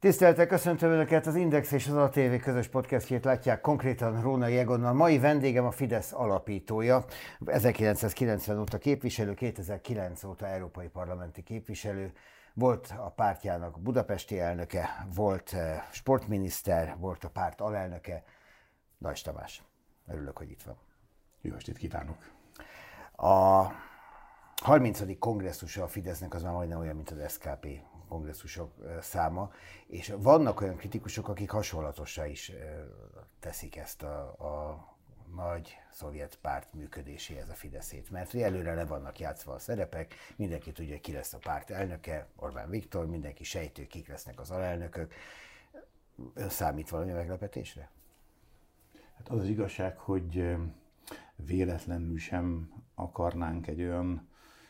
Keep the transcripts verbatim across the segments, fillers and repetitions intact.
Tiszteltek, köszöntöm Önöket, az Index és az á té vé közös podcastjét látják konkrétan Rónai Egonnal. Mai vendégem a Fidesz alapítója, ezerkilencszázkilencven óta képviselő, kétezer-kilenc óta európai parlamenti képviselő, volt a pártjának budapesti elnöke, volt sportminiszter, volt a párt alelnöke, Dajs Tamás. Örülök, hogy itt van. Jó estét kívánok! A harmincadik kongresszusa a Fidesznek az már majdnem olyan, mint az es ká pé kongresszusok száma, és vannak olyan kritikusok, akik hasonlatossá is teszik ezt a, a nagy szovjet párt működéséhez a Fideszét, mert előre le vannak játszva a szerepek, mindenki tudja, ki lesz a párt elnöke, Orbán Viktor, mindenki sejtő, kik lesznek az alelnökök. Ön számít valami meglepetésre? Hát az az igazság, hogy véletlenül sem akarnánk egy olyan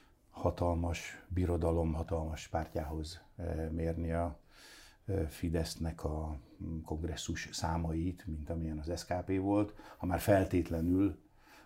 hatalmas birodalom, hatalmas pártjához mérni a Fidesznek a kongresszus számait, mint amilyen az es ká pé volt, ha már feltétlenül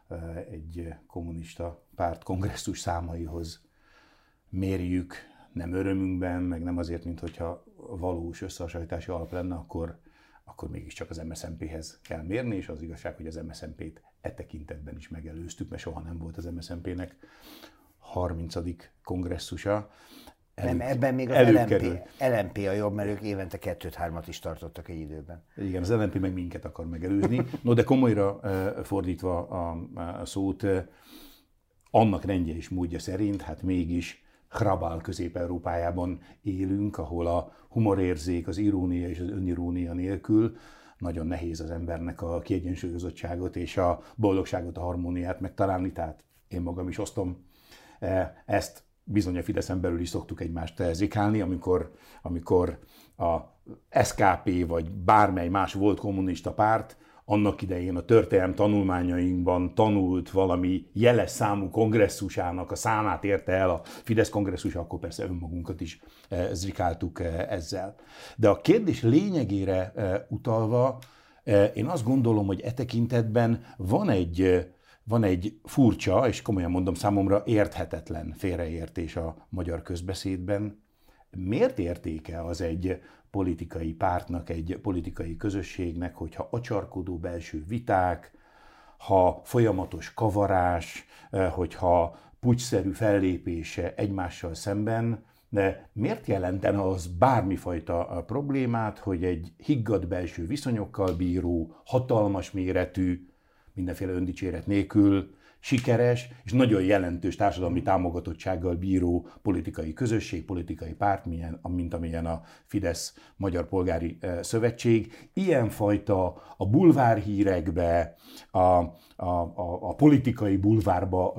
egy kommunista párt kongresszus számaihoz mérjük, nem örömünkben, meg nem azért, mint hogyha valós összehasonlítási alap lenne, akkor, akkor mégiscsak az em es zé en péhez kell mérni, és az igazság, hogy az em es zé en pét e tekintetben is megelőztük, mert soha nem volt az em es zé en pének harmincadik kongresszusa. Nem, ebben még az el em pé, el em pé a jobb, mert ők évente kettőt-hármat is tartottak egy időben. Igen, az el em pé meg minket akar megelőzni. No, de komolyra fordítva a, a szót, annak rendje és módja szerint, hát mégis Hrabál Közép-Európájában élünk, ahol a humorérzék, az irónia és az önirónia nélkül nagyon nehéz az embernek a kiegyensúlyozottságot és a boldogságot, a harmóniát megtalálni, tehát én magam is osztom ezt. Bizony a Fideszen belül is szoktuk egymást zikálni, amikor, amikor a es ká pé vagy bármely más volt kommunista párt annak idején a történelem tanulmányainkban tanult valami jeles számú kongresszusának a számát érte el a Fidesz kongresszusa, akkor persze önmagunkat is zikáltuk ezzel. De a kérdés lényegére utalva, én azt gondolom, hogy e tekintetben van egy Van egy furcsa, és komolyan mondom számomra érthetetlen félreértés a magyar közbeszédben. Miért értéke az egy politikai pártnak, egy politikai közösségnek, hogyha acsarkodó belső viták, ha folyamatos kavarás, hogyha puccsszerű fellépése egymással szemben, de miért jelentene az bármifajta problémát, hogy egy higgadt belső viszonyokkal bíró, hatalmas méretű, mindenféle öndicséret nélkül sikeres és nagyon jelentős társadalmi támogatottsággal bíró politikai közösség, politikai párt, mint amilyen a Fidesz Magyar Polgári Szövetség, ilyenfajta a bulvárhírekbe, a, a, a, a politikai bulvárba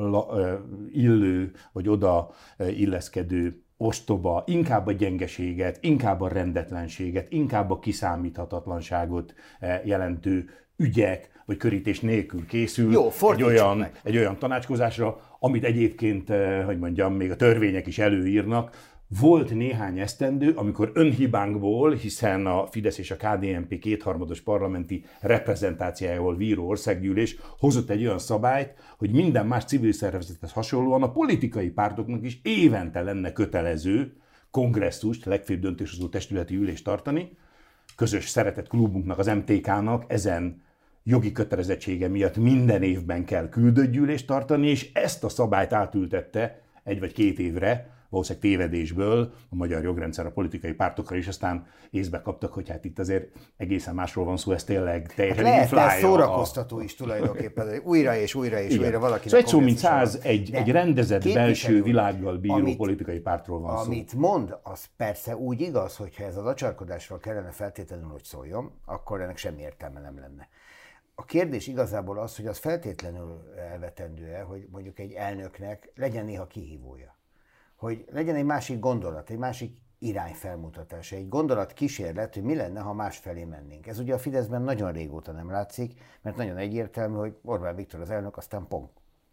illő, vagy oda illeszkedő ostoba, inkább a gyengeséget, inkább a rendetlenséget, inkább a kiszámíthatatlanságot jelentő ügyek vagy körítés nélkül készül. Jó, egy, olyan, egy olyan tanácskozásra, amit egyébként, hogy mondjam, még a törvények is előírnak. Volt néhány esztendő, amikor önhibánkból, hiszen a Fidesz és a ká dé en pé kétharmados parlamenti reprezentációjával bíró országgyűlés hozott egy olyan szabályt, hogy minden más civil szervezethez hasonlóan a politikai pártoknak is évente lenne kötelező kongresszust, legfőbb döntéshozó testületi ülést tartani. Közös szeretett klubunknak, az em té ká-nak ezen jogi kötelezettsége miatt minden évben kell küldött gyűlést tartani, és ezt a szabályt átültette egy vagy két évre, valószínűleg tévedésből a magyar jogrendszer a politikai pártokra is, aztán észbe kaptak, hogy hát itt azért egészen másról van szó, ez tényleg teljesen hát lehet, ez szórakoztató a... is tulajdonképpen, hogy újra és újra és igen. újra valakinek. Szóval egy szó mint száz, egy, egy rendezett belső világgal bíró amit, politikai pártról van amit szó. Amit mond, az persze úgy igaz, hogyha ez az acsarkodásról kellene feltétlenül, hogy szóljon, akkor ennek semmi értelme nem lenne. A kérdés igazából az, hogy az feltétlenül elvetendő-e, hogy mondjuk egy elnöknek legyen néha kihívója. Hogy legyen egy másik gondolat, egy másik irány felmutatása, egy gondolat kísérlet, hogy mi lenne, ha másfelé mennénk. Ez ugye a Fideszben nagyon régóta nem látszik, mert nagyon egyértelmű, hogy Orbán Viktor az elnök, aztán pont.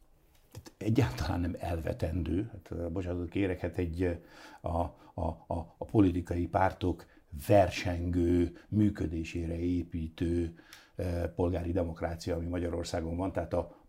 Egyáltalán nem elvetendő. Hát, bocsánatot kérek, hát egy a, a, a, a politikai pártok versengő, működésére építő polgári demokrácia, ami Magyarországon van, tehát a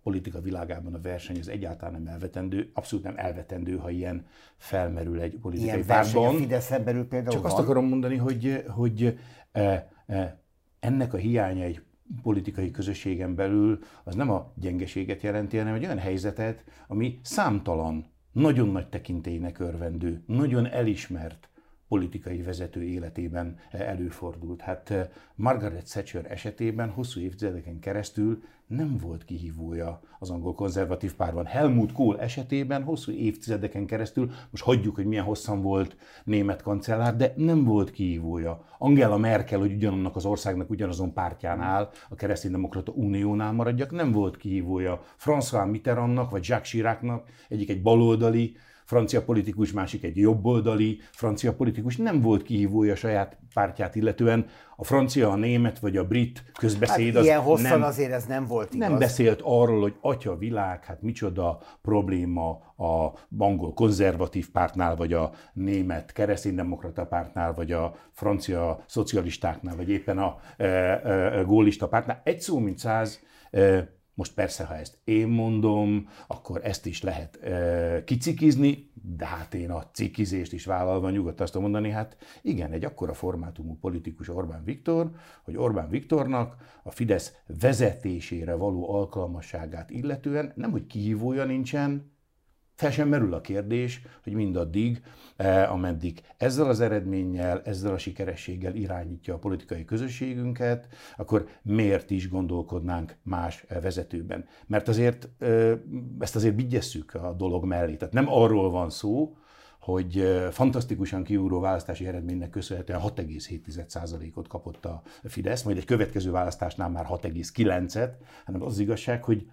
politika világában a verseny az egyáltalán nem elvetendő, abszolút nem elvetendő, ha ilyen felmerül egy politikai ilyen pártban. Ilyen a Fideszen belül például Csak van? azt akarom mondani, hogy, hogy e, e, ennek a hiánya egy politikai közösségen belül az nem a gyengeséget jelenti, hanem egy olyan helyzetet, ami számtalan, nagyon nagy tekintélynek örvendő, nagyon elismert politikai vezető életében előfordult. Hát Margaret Thatcher esetében hosszú évtizedeken keresztül nem volt kihívója az angol konzervatív pártban. Helmut Kohl esetében hosszú évtizedeken keresztül, most hagyjuk, hogy milyen hosszan volt német kancellár, de nem volt kihívója. Angela Merkel, hogy ugyanannak az országnak ugyanazon pártján áll, a Kereszténydemokrata Uniónál maradjak, nem volt kihívója. François Mitterrandnak vagy Jacques Chiracnak, egyik egy baloldali francia politikus, másik egy jobboldali francia politikus, nem volt kihívója a saját pártját illetően. A francia, a német vagy a brit közbeszéd hát ilyen az hosszan nem, azért ez nem volt igaz. Nem beszélt arról, hogy atya világ, hát micsoda probléma a angol konzervatív pártnál, vagy a német kereszténydemokrata pártnál, vagy a francia szocialistáknál, vagy éppen a e, e, gólista pártnál. Egy szó mint száz. E, Most persze, ha ezt én mondom, akkor ezt is lehet e, kicikizni, de hát én a cikizést is vállalva nyugodt azt mondani, hát igen, egy akkora formátumú politikus Orbán Viktor, hogy Orbán Viktornak a Fidesz vezetésére való alkalmasságát illetően nem, hogy kihívója nincsen, fel sem merül a kérdés, hogy mindaddig, eh, ameddig ezzel az eredménnyel, ezzel a sikerességgel irányítja a politikai közösségünket, akkor miért is gondolkodnánk más vezetőben? Mert azért eh, ezt azért vigyesszük a dolog mellé. Tehát nem arról van szó, hogy eh, fantasztikusan kiugró választási eredménynek köszönhetően hat egész hét százalékot kapott a Fidesz, majd egy következő választásnál már hat egész kilencet, hanem az igazság, hogy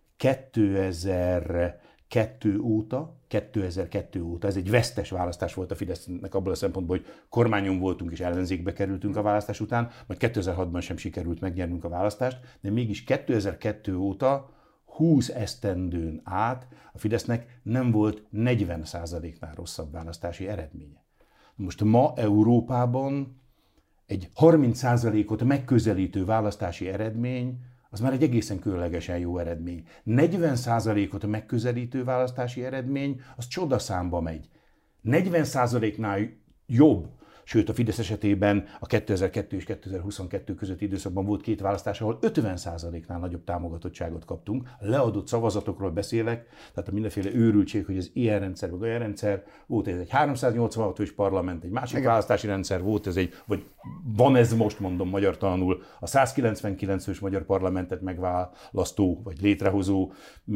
kétezer-kettő óta, kétezer-kettő óta, ez egy vesztes választás volt a Fidesznek abból a szempontból, hogy kormányon voltunk és ellenzékbe kerültünk a választás után, majd kétezer-hatban sem sikerült megnyernünk a választást, de mégis kétezer-kettő óta húsz esztendőn át a Fidesznek nem volt negyven százaléknál rosszabb választási eredménye. Most ma Európában egy harminc százalékot megközelítő választási eredmény az már egy egészen különlegesen jó eredmény. negyven százalékot megközelítő választási eredmény, az csodaszámba megy. negyven százaléknál jobb, sőt a Fidesz esetében a kétezer-kettő és kétezer-huszonkettő közötti időszakban volt két választás, ahol ötven százaléknál nagyobb támogatottságot kaptunk. A leadott szavazatokról beszélek, tehát a mindenféle őrültség, hogy az ilyen rendszer, vagy olyan rendszer, volt ez egy háromszáznyolcvanhat fős parlament, egy másik igen. választási rendszer volt ez egy, vagy van ez most, mondom magyartalanul, a százkilencvenkilenc fős magyar parlamentet megválasztó, vagy létrehozó,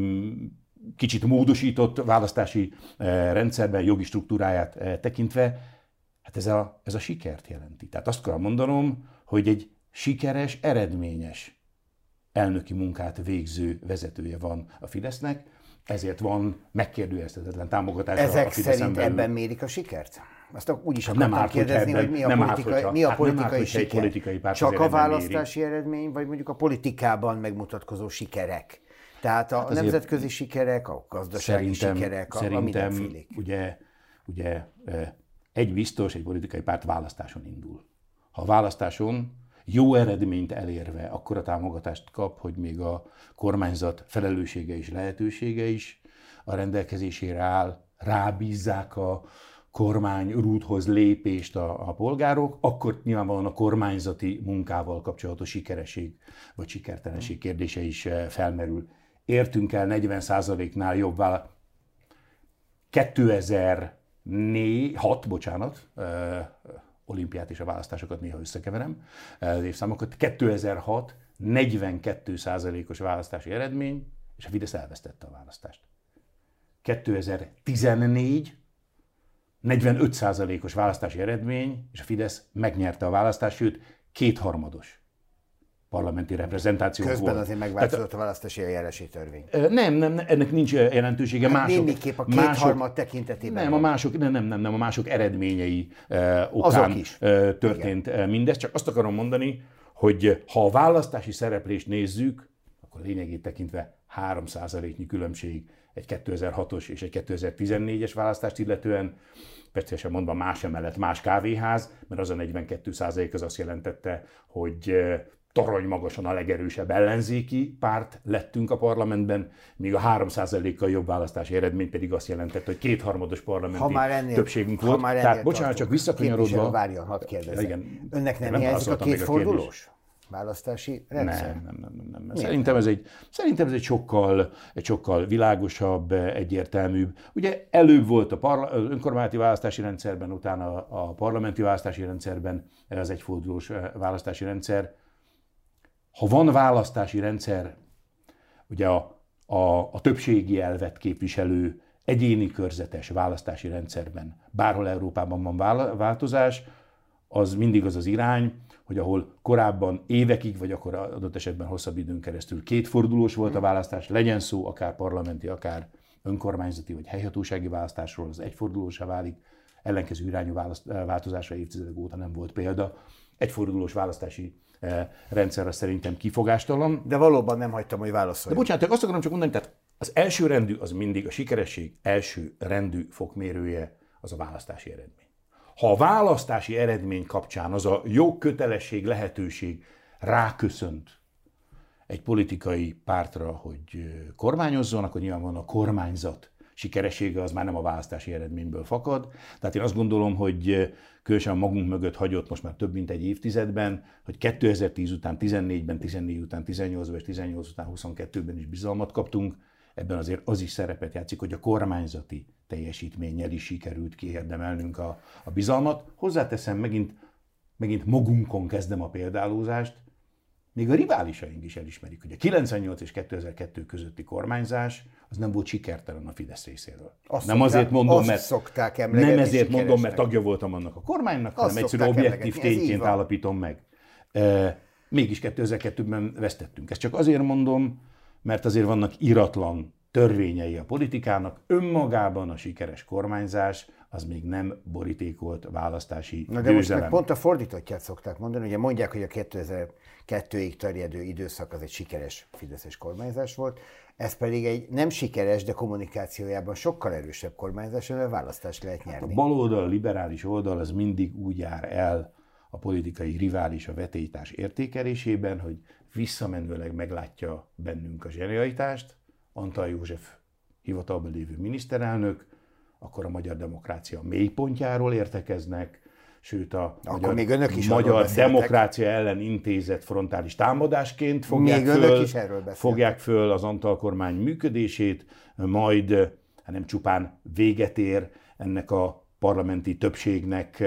kicsit módosított választási rendszerben, jogi struktúráját tekintve, hát ez a, ez a sikert jelenti. Tehát azt kell mondanom, hogy egy sikeres, eredményes elnöki munkát végző vezetője van a Fidesznek, ezért van megkérdőjelezhetetlen támogatása Ezek a Fideszen szerint belül. ebben mérik a sikert? Azt úgy is Hát akartam árt, kérdezni, ebben, hogy mi a nem politikai, árt, hogyha, mi a hát politikai nem árt, siker? politikai párt Csak a választási méri. eredmény, vagy mondjuk a politikában megmutatkozó sikerek? Tehát a hát nemzetközi sikerek, a gazdasági szerintem, sikerek, a, szerintem, a mindenfélék. Ugye, ugye egy biztos, egy politikai párt választáson indul. Ha a választáson jó eredményt elérve akkora támogatást kap, hogy még a kormányzat felelőssége és lehetősége is a rendelkezésére áll, rábízzák a kormány rúdhoz lépést a, a polgárok, akkor nyilvánvalóan a kormányzati munkával kapcsolatos sikeresség vagy sikertelenség kérdése is felmerül. Értünk el negyven százaléknál jobb választ. kétezer-hat, bocsánat, olimpiát és a választásokat néha összekeverem, az évszámokat. kétezer-hat negyvenkét százalékos választási eredmény, és a Fidesz elvesztette a választást. kétezer-tizennégy negyvenöt százalékos választási eredmény, és a Fidesz megnyerte a választást, sőt, kétharmados parlamenti reprezentáció Közben volt. azért megváltozott a választási eljárási törvény. Nem, nem, ennek nincs jelentősége. Hát mások, némiképp a kétharmad tekintetében. Nem, a mások, nem, nem, nem, nem, a mások eredményei uh, okán is. Uh, történt igen. mindez. Csak azt akarom mondani, hogy ha a választási szereplést nézzük, akkor lényegét tekintve három százaléknyi különbség egy kétezer-hatos és egy kétezer-tizennégyes választást illetően, persze mondva más emellett más kávéház, mert az a negyvenkét százalék az azt jelentette, hogy torony magasan a legerősebb ellenzéki párt lettünk a parlamentben, míg a három százalékkal jobb választási eredmény pedig azt jelentett, hogy kétharmados parlamenti ennél, többségünk volt. Tehát bocsánat, csak visszakanyarodva. Várjon, hadd kérdezzem. Önnek nem, nem hiányzik a kétfordulós választási rendszer? Nem, nem, nem, nem. nem. Szerintem, ez egy, szerintem ez egy sokkal, egy sokkal világosabb, egyértelműbb. Ugye előbb volt a parla- önkormányzati választási rendszerben, utána a parlamenti választási rendszerben az egyfordulós választási rendszer. Ha van választási rendszer, ugye a, a, a többségi elvet képviselő egyéni körzetes választási rendszerben, bárhol Európában van változás, az mindig az az irány, hogy ahol korábban évekig, vagy akkor adott esetben hosszabb időn keresztül kétfordulós volt a választás, legyen szó akár parlamenti, akár önkormányzati vagy helyhatósági választásról, az egyfordulósá válik, ellenkező irányú választ, változásra évtizedek óta nem volt példa. Egyfordulós választási rendszerre szerintem kifogástalan. De valóban nem hagytam, hogy válaszoljon. De bocsánat, azt akarom csak mondani, tehát az első rendű, az mindig a sikeresség első rendű fokmérője az a választási eredmény. Ha a választási eredmény kapcsán az a jogkötelesség, lehetőség ráköszönt egy politikai pártra, hogy kormányozzon, akkor nyilvánvalóan a kormányzat sikeressége az már nem a választási eredményből fakad. Tehát én azt gondolom, hogy különösen magunk mögött hagyott most már több mint egy évtizedben, hogy kétezer-tíz után, tizennégyben, tizennégy után, tizennyolcban és tizennyolc után huszonkettőben is bizalmat kaptunk. Ebben azért az is szerepet játszik, hogy a kormányzati teljesítménnyel is sikerült kiérdemelnünk a, a bizalmat. Hozzáteszem, megint, megint magunkon kezdem a példálózást, még a riválisaink is elismerik, hogy a kilencvennyolc és kétezer-kettő közötti kormányzás az nem volt sikertelen a Fidesz részéről. Azt nem szokták, azért mondom, mert, nem ezért mondom, mert tagja voltam annak a kormánynak, azt hanem egyszerűen objektív tényként állapítom meg. E, mégis kétezer-kettőben vesztettünk. Ezt csak azért mondom, mert azért vannak iratlan törvényei a politikának. Önmagában a sikeres kormányzás az még nem borítékolt választási Na de győzelem. Most meg pont a fordítottját szokták mondani, ugye mondják, hogy a kétezer-kettőig terjedő időszak az egy sikeres fideszes kormányzás volt, ez pedig egy nem sikeres, de kommunikációjában sokkal erősebb kormányzás, amivel választást lehet nyerni. A baloldal, a liberális oldal az mindig úgy jár el a politikai rivális a vetélytárs értékelésében, hogy visszamenőleg meglátja bennünk a zsenialitást, Antall József hivatalban lévő miniszterelnök, akkor a magyar demokrácia mélypontjáról értekeznek, sőt a akkor magyar, még önök is magyar demokrácia ellen intézett frontális támadásként fogják, még föl, is fogják föl az Antall kormány működését, majd hát nem csupán véget ér ennek a parlamenti többségnek,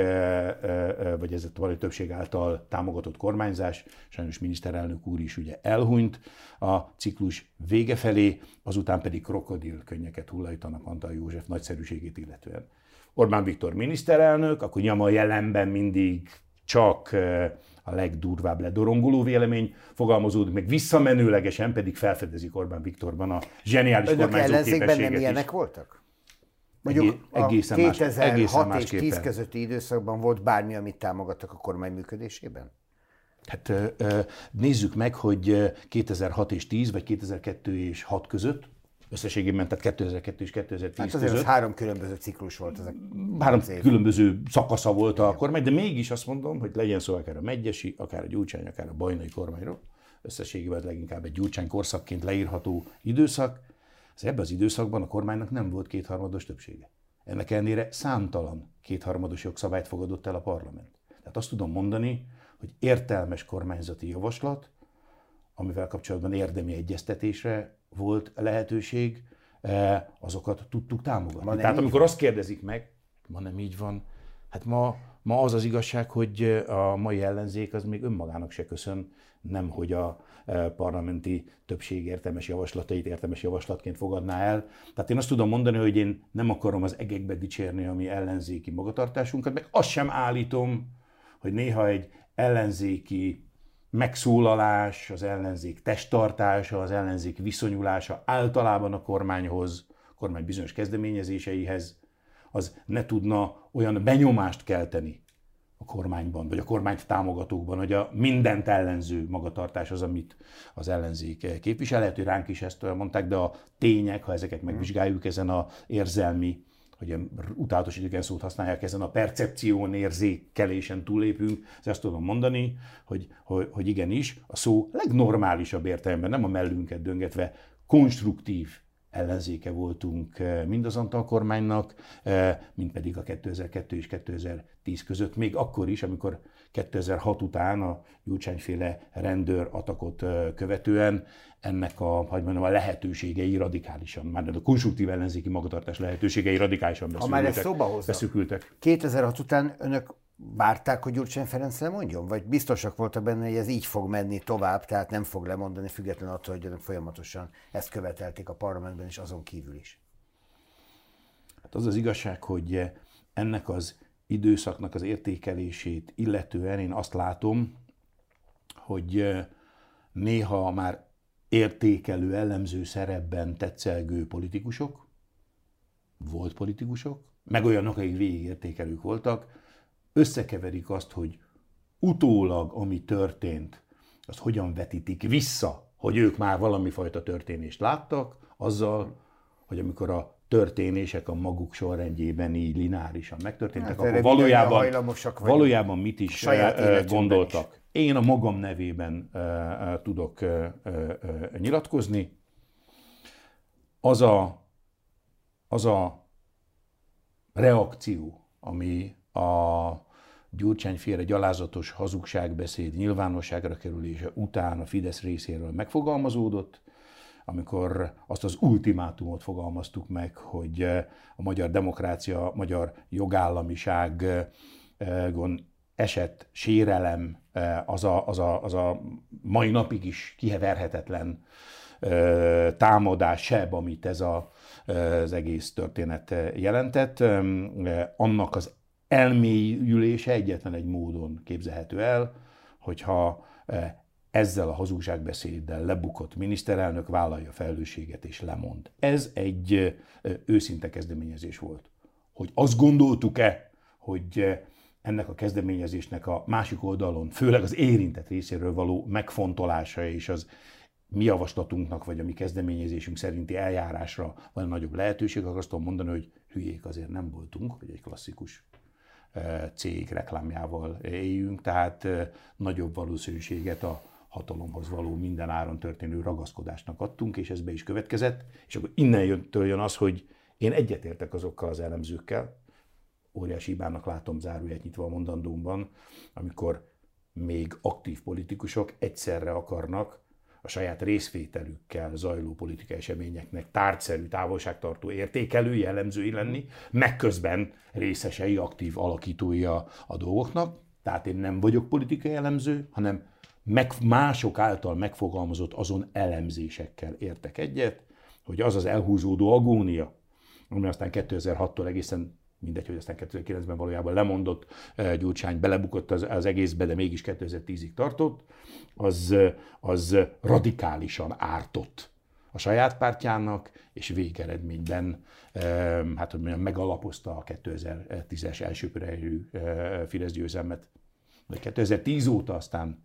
vagy ez a parlamenti többség által támogatott kormányzás, sajnos miniszterelnök úr is ugye elhunyt a ciklus vége felé, azután pedig krokodilkönnyeket hullajtanak Antall József nagyszerűségét illetően. Orbán Viktor miniszterelnök, akkor nyilván a jelenben mindig csak a legdurvább ledorongoló vélemény fogalmazódik, meg visszamenőlegesen pedig felfedezik Orbán Viktorban a zseniális kormányzó képességet is. Önök ellenzékben nem ilyenek voltak? Mondjuk a kétezer-hat és tíz közötti időszakban volt bármi, amit támogattak a kormány működésében? Hát nézzük meg, hogy kétezer-hat és tíz, vagy kétezer-kettő és hat között, összességében, tehát kétezer-kettő és kétezer-tíz hát azért között. Az három különböző ciklus volt ezek. Három különböző szakasza volt a kormány, de mégis azt mondom, hogy legyen szó akár a Medgyessy, akár a Gyurcsány, akár a Bajnai kormányról. Összességében leginkább egy Gyurcsány korszakként leírható időszak. Ebben az időszakban a kormánynak nem volt kétharmados többsége. Ennek ellenére számtalan kétharmados jogszabályt fogadott el a parlament. Tehát azt tudom mondani, hogy értelmes kormányzati javaslat, amivel kapcsolatban érdemi egyeztetésre volt lehetőség, azokat tudtuk támogatni. Tehát amikor azt kérdezik meg, ma nem így van, hát ma, ma az az igazság, hogy a mai ellenzék az még önmagának se köszön, nem hogy a parlamenti többség értelmes javaslatait értelmes javaslatként fogadná el. Tehát én azt tudom mondani, hogy én nem akarom az egekbe dicsérni a mi ellenzéki magatartásunkat, meg azt sem állítom, hogy néha egy ellenzéki megszólalás, az ellenzék testtartása, az ellenzék viszonyulása általában a kormányhoz, a kormány bizonyos kezdeményezéseihez, az ne tudna olyan benyomást kelteni a kormányban, vagy a kormányt támogatókban, hogy a mindent ellenző magatartás az, amit az ellenzék képvisel. Lehet, hogy ránk is ezt mondták, de a tények, ha ezeket megvizsgáljuk ezen az érzelmi hogy utálatos idegen szót használják, ezen a percepción, érzékelésen túllépünk, ezt tudom mondani, hogy, hogy, hogy igenis, a szó legnormálisabb értelemben, nem a mellünket döngetve, konstruktív ellenzéke voltunk mind az Antal kormánynak, mind pedig a kétezer-kettő és kétezer-tíz között, még akkor is, amikor kétezer-hat után a Gyurcsányféle rendőr atakot követően ennek a, hogy mondjam, a lehetőségei radikálisan, már a konstruktív ellenzéki magatartás lehetőségei radikálisan beszűkültek. kétezer-hat után önök várták, hogy Gyurcsány Ferenc lemondjon? Vagy biztosak voltak benne, hogy ez így fog menni tovább, tehát nem fog lemondani, függetlenül attól, hogy önök folyamatosan ezt követelték a parlamentben és azon kívül is? Hát az az igazság, hogy ennek az időszaknak az értékelését illetően én azt látom, hogy néha már értékelő, elemző szerepben tetszelgő politikusok, volt politikusok, meg olyanok, akik végigértékelők voltak, összekeverik azt, hogy utólag, ami történt, azt hogyan vetítik vissza, hogy ők már valami fajta történést láttak, azzal, hogy amikor a történések a maguk sorrendjében így lineárisan megtörténtek, hát, akkor valójában, valójában mit is gondoltak. Én a magam nevében uh, uh, tudok uh, uh, nyilatkozni. Az a, az a reakció, ami a Gyurcsányféle gyalázatos hazugságbeszéd nyilvánosságra kerülése után a Fidesz részéről megfogalmazódott, amikor azt az ultimátumot fogalmaztuk meg, hogy a magyar demokrácia, a magyar jogállamiságon esett sérelem az a, az, a, az a mai napig is kiheverhetetlen támadás seb, amit ez a, az egész történet jelentett. Annak az elmélyülése egyetlen egy módon képzelhető el, hogyha ezzel a hazugságbeszéddel lebukott miniszterelnök vállalja a felelősséget és lemond. Ez egy őszinte kezdeményezés volt. Hogy azt gondoltuk-e, hogy ennek a kezdeményezésnek a másik oldalon, főleg az érintett részéről való megfontolása és az mi javaslatunknak, vagy a mi kezdeményezésünk szerinti eljárásra van nagyobb lehetőség, akkor azt tudom mondani, hogy hülyék azért nem voltunk, hogy egy klasszikus cég reklámjával éljünk, tehát nagyobb valószínűséget a hatalomhoz való minden áron történő ragaszkodásnak adtunk, és ez be is következett, és akkor innen jön az, hogy én egyetértek azokkal az elemzőkkel, óriási hibának látom zárójelet nyitva a mondandómban, amikor még aktív politikusok egyszerre akarnak a saját részvételükkel zajló politikai eseményeknek tárgyszerű, távolságtartó értékelői, elemzői lenni, meg közben részesei, aktív alakítói a, a dolgoknak. Tehát én nem vagyok politikai elemző, hanem meg, mások által megfogalmazott azon elemzésekkel értek egyet, hogy az az elhúzódó agónia, ami aztán kétezer-hattól egészen mindegy, hogy aztán kétezer-kilencben valójában lemondott, Gyurcsány belebukott az, az egészbe, de mégis kétezer-tízig tartott, az, az radikálisan ártott a saját pártjának, és végeredményben hát, hogy mondjam, megalapozta a kétezer-tízes elsőkörű helyű Fidesz győzelmet. De kétezer-tíz óta aztán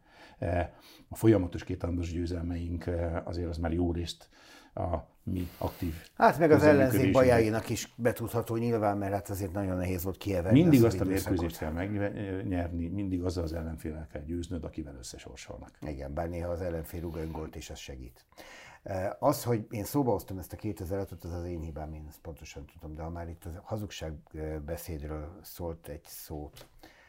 a folyamatos kétharmados győzelmeink azért az már jó részt a mi aktív. Hát meg az ellenzék bajáinak is betudható nyilván, mert hát azért nagyon nehéz volt kieverni. Mindig azt a mérkőzést kell megnyerni, mindig azzal az ellenféllel kell győznöd, akivel összesorsolnak. Igen, bár néha az ellenfél rúg öngolt, és az segít. Az, hogy én szóba hoztam ezt a kétezer-ötöt, az az én hibám, én ezt pontosan tudom, de ha már itt a hazugságbeszédről szólt egy szót,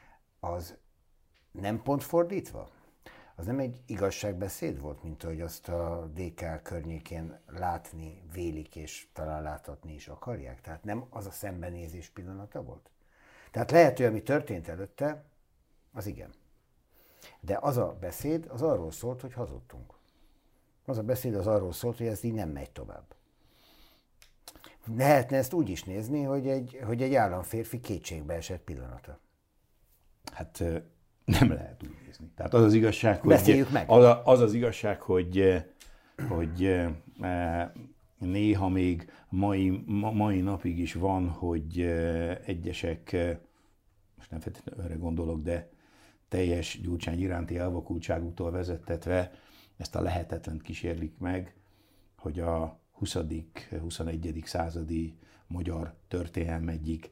az nem pont fordítva? Az nem egy igazságbeszéd volt, mint ahogy azt a dé ká környékén látni vélik, és talán láthatni is akarják? Tehát nem az a szembenézés pillanata volt? Tehát lehet, hogy ami történt előtte, az igen. De az a beszéd, az arról szólt, hogy hazudtunk. Az a beszéd az arról szólt, hogy ez így nem megy tovább. Lehetne ezt úgy is nézni, hogy egy, hogy egy államférfi kétségbe esett pillanata. Hát nem lehet úgy nézni. Tehát az az igazság, hogy... Beszéljük meg! Az, az az igazság, hogy, hogy néha még mai, mai napig is van, hogy egyesek, most nem feltétlenül önre gondolok, de teljes Gyurcsány iránti elvakultságuktól vezettetve ezt a lehetetlent kísérlik meg, hogy a huszadik-huszonegyedik századi magyar történelem egyik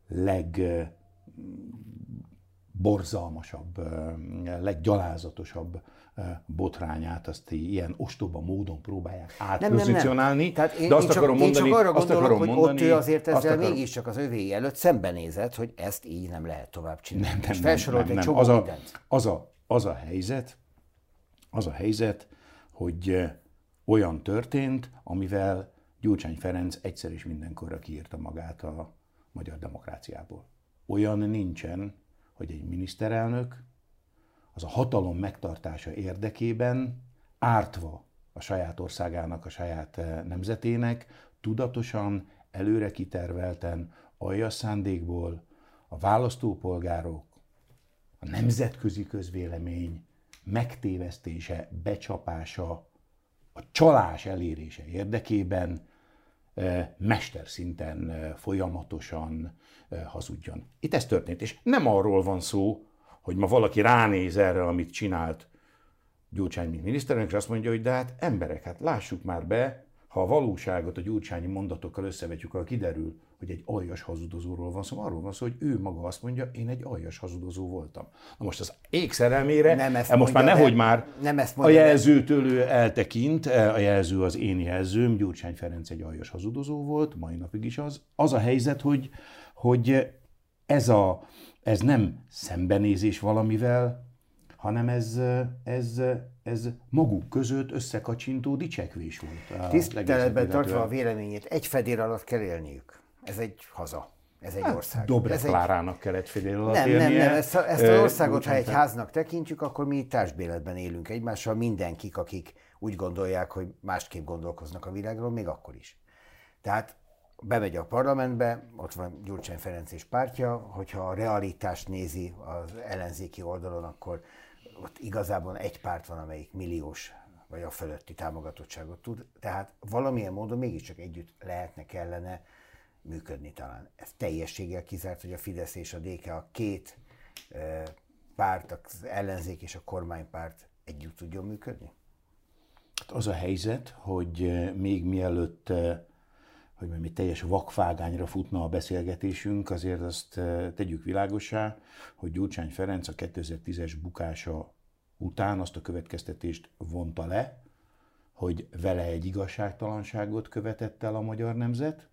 legborzalmasabb, leggyalázatosabb botrányát, azt ilyen ostoba módon próbálják átpozícionálni. De azt én csak, akarom mondani, én csak arra azt gondolok, akarom hogy mondani, ott ő azért ezzel akarom, mégiscsak az övé előtt szembenézett, hogy ezt így nem lehet tovább csinálni. Nem, nem, és felsorolt nem, egy nem, csomó az a, mindent. az, a, az a helyzet, az a helyzet, hogy olyan történt, amivel Gyurcsány Ferenc egyszer is mindenkorra kiírta magát a magyar demokráciából. Olyan nincsen, hogy egy miniszterelnök az a hatalom megtartása érdekében ártva a saját országának, a saját nemzetének, tudatosan, előre kitervelten, aljas szándékból a választópolgárok, a nemzetközi közvélemény megtévesztése, becsapása, a csalás elérése érdekében mesterszinten folyamatosan hazudjon. Itt ez történt, és nem arról van szó, hogy ma valaki ránéz erre, amit csinált Gyurcsány, mint miniszterelnök, és azt mondja, hogy de hát emberek, hát lássuk már be, ha a valóságot a gyurcsányi mondatokkal összevetjük, akkor kiderül, hogy egy aljas hazudozóról van szó, arról van szó, hogy ő maga azt mondja, én egy aljas hazudozó voltam. Na most az ég szerelmére, nem most mondja, már nehogy már nem ezt mondja, a jelzőtől ő eltekint, a jelző az én jelzőm, Gyurcsány Ferenc egy aljas hazudozó volt, mai napig is az. Az a helyzet, hogy, hogy ez, a, ez nem szembenézés valamivel, hanem ez, ez, ez maguk között összekacsintó dicsekvés volt. Tiszteletben tartva a véleményét, egy fedél alatt kell élniük. Ez egy haza, ez egy hát, ország. Dobrev Klárának kell egy fedél alatt nem, élnie. Nem, nem, ezt, a, ezt az országot, ha egy háznak tekintjük, akkor mi társbéletben élünk egymással, mindenkik, akik úgy gondolják, hogy másképp gondolkoznak a világról, még akkor is. Tehát bemegy a parlamentbe, ott van Gyurcsány Ferenc és pártja, hogyha a realitást nézi az ellenzéki oldalon, akkor ott igazából egy párt van, amelyik milliós vagy a fölötti támogatottságot tud, tehát valamilyen módon mégiscsak együtt lehetne, kellene működni talán. Ez teljességgel kizárt, hogy a Fidesz és a dé ká, a két e, párt, az ellenzék és a kormánypárt együtt tudjon működni? Az a helyzet, hogy még mielőtt hogy mondjam, egy teljes vakvágányra futna a beszélgetésünk, azért azt tegyük világossá, hogy Gyurcsány Ferenc a kétezer-tízes bukása után azt a következtetést vonta le, hogy vele egy igazságtalanságot követett el a magyar nemzet.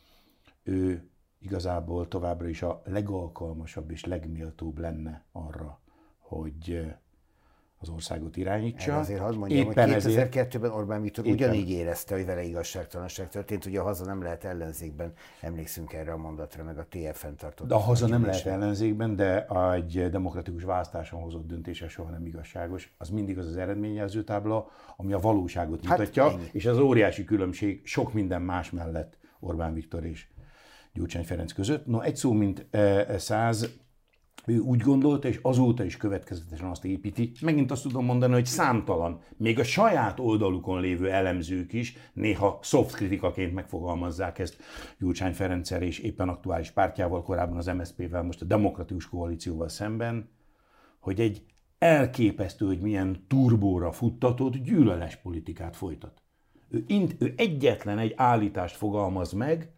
Ő igazából továbbra is a legalkalmasabb és legméltóbb lenne arra, hogy az országot irányítsa. Erre azért hadd mondjam, éppen hogy kétezer-kettőben Orbán Viktor éppen ugyanígy érezte, hogy vele igazságtalanság történt. Ugye a haza nem lehet ellenzékben, emlékszünk erre a mondatra, meg a té ef fenntartott. De a haza nem lehet ellenzékben, de egy demokratikus választáson hozott döntése soha nem igazságos. Az mindig az az eredményjelző tábla, ami a valóságot hát mutatja, ennyi. És az óriási különbség sok minden más mellett Orbán Viktor és Gyurcsány Ferenc között. No, egy szó mint e, száz, ő úgy gondolta, és azóta is következetesen azt építi. Megint azt tudom mondani, hogy számtalan, még a saját oldalukon lévő elemzők is néha soft kritikaként megfogalmazzák ezt Gyurcsány Ferenccel és éppen aktuális pártjával, korábban az em es zé pé-vel, most a Demokratikus Koalícióval szemben, hogy egy elképesztő, hogy milyen turbóra futtatott gyűlöles politikát folytat. Ő, int, ő egyetlen egy állítást fogalmaz meg,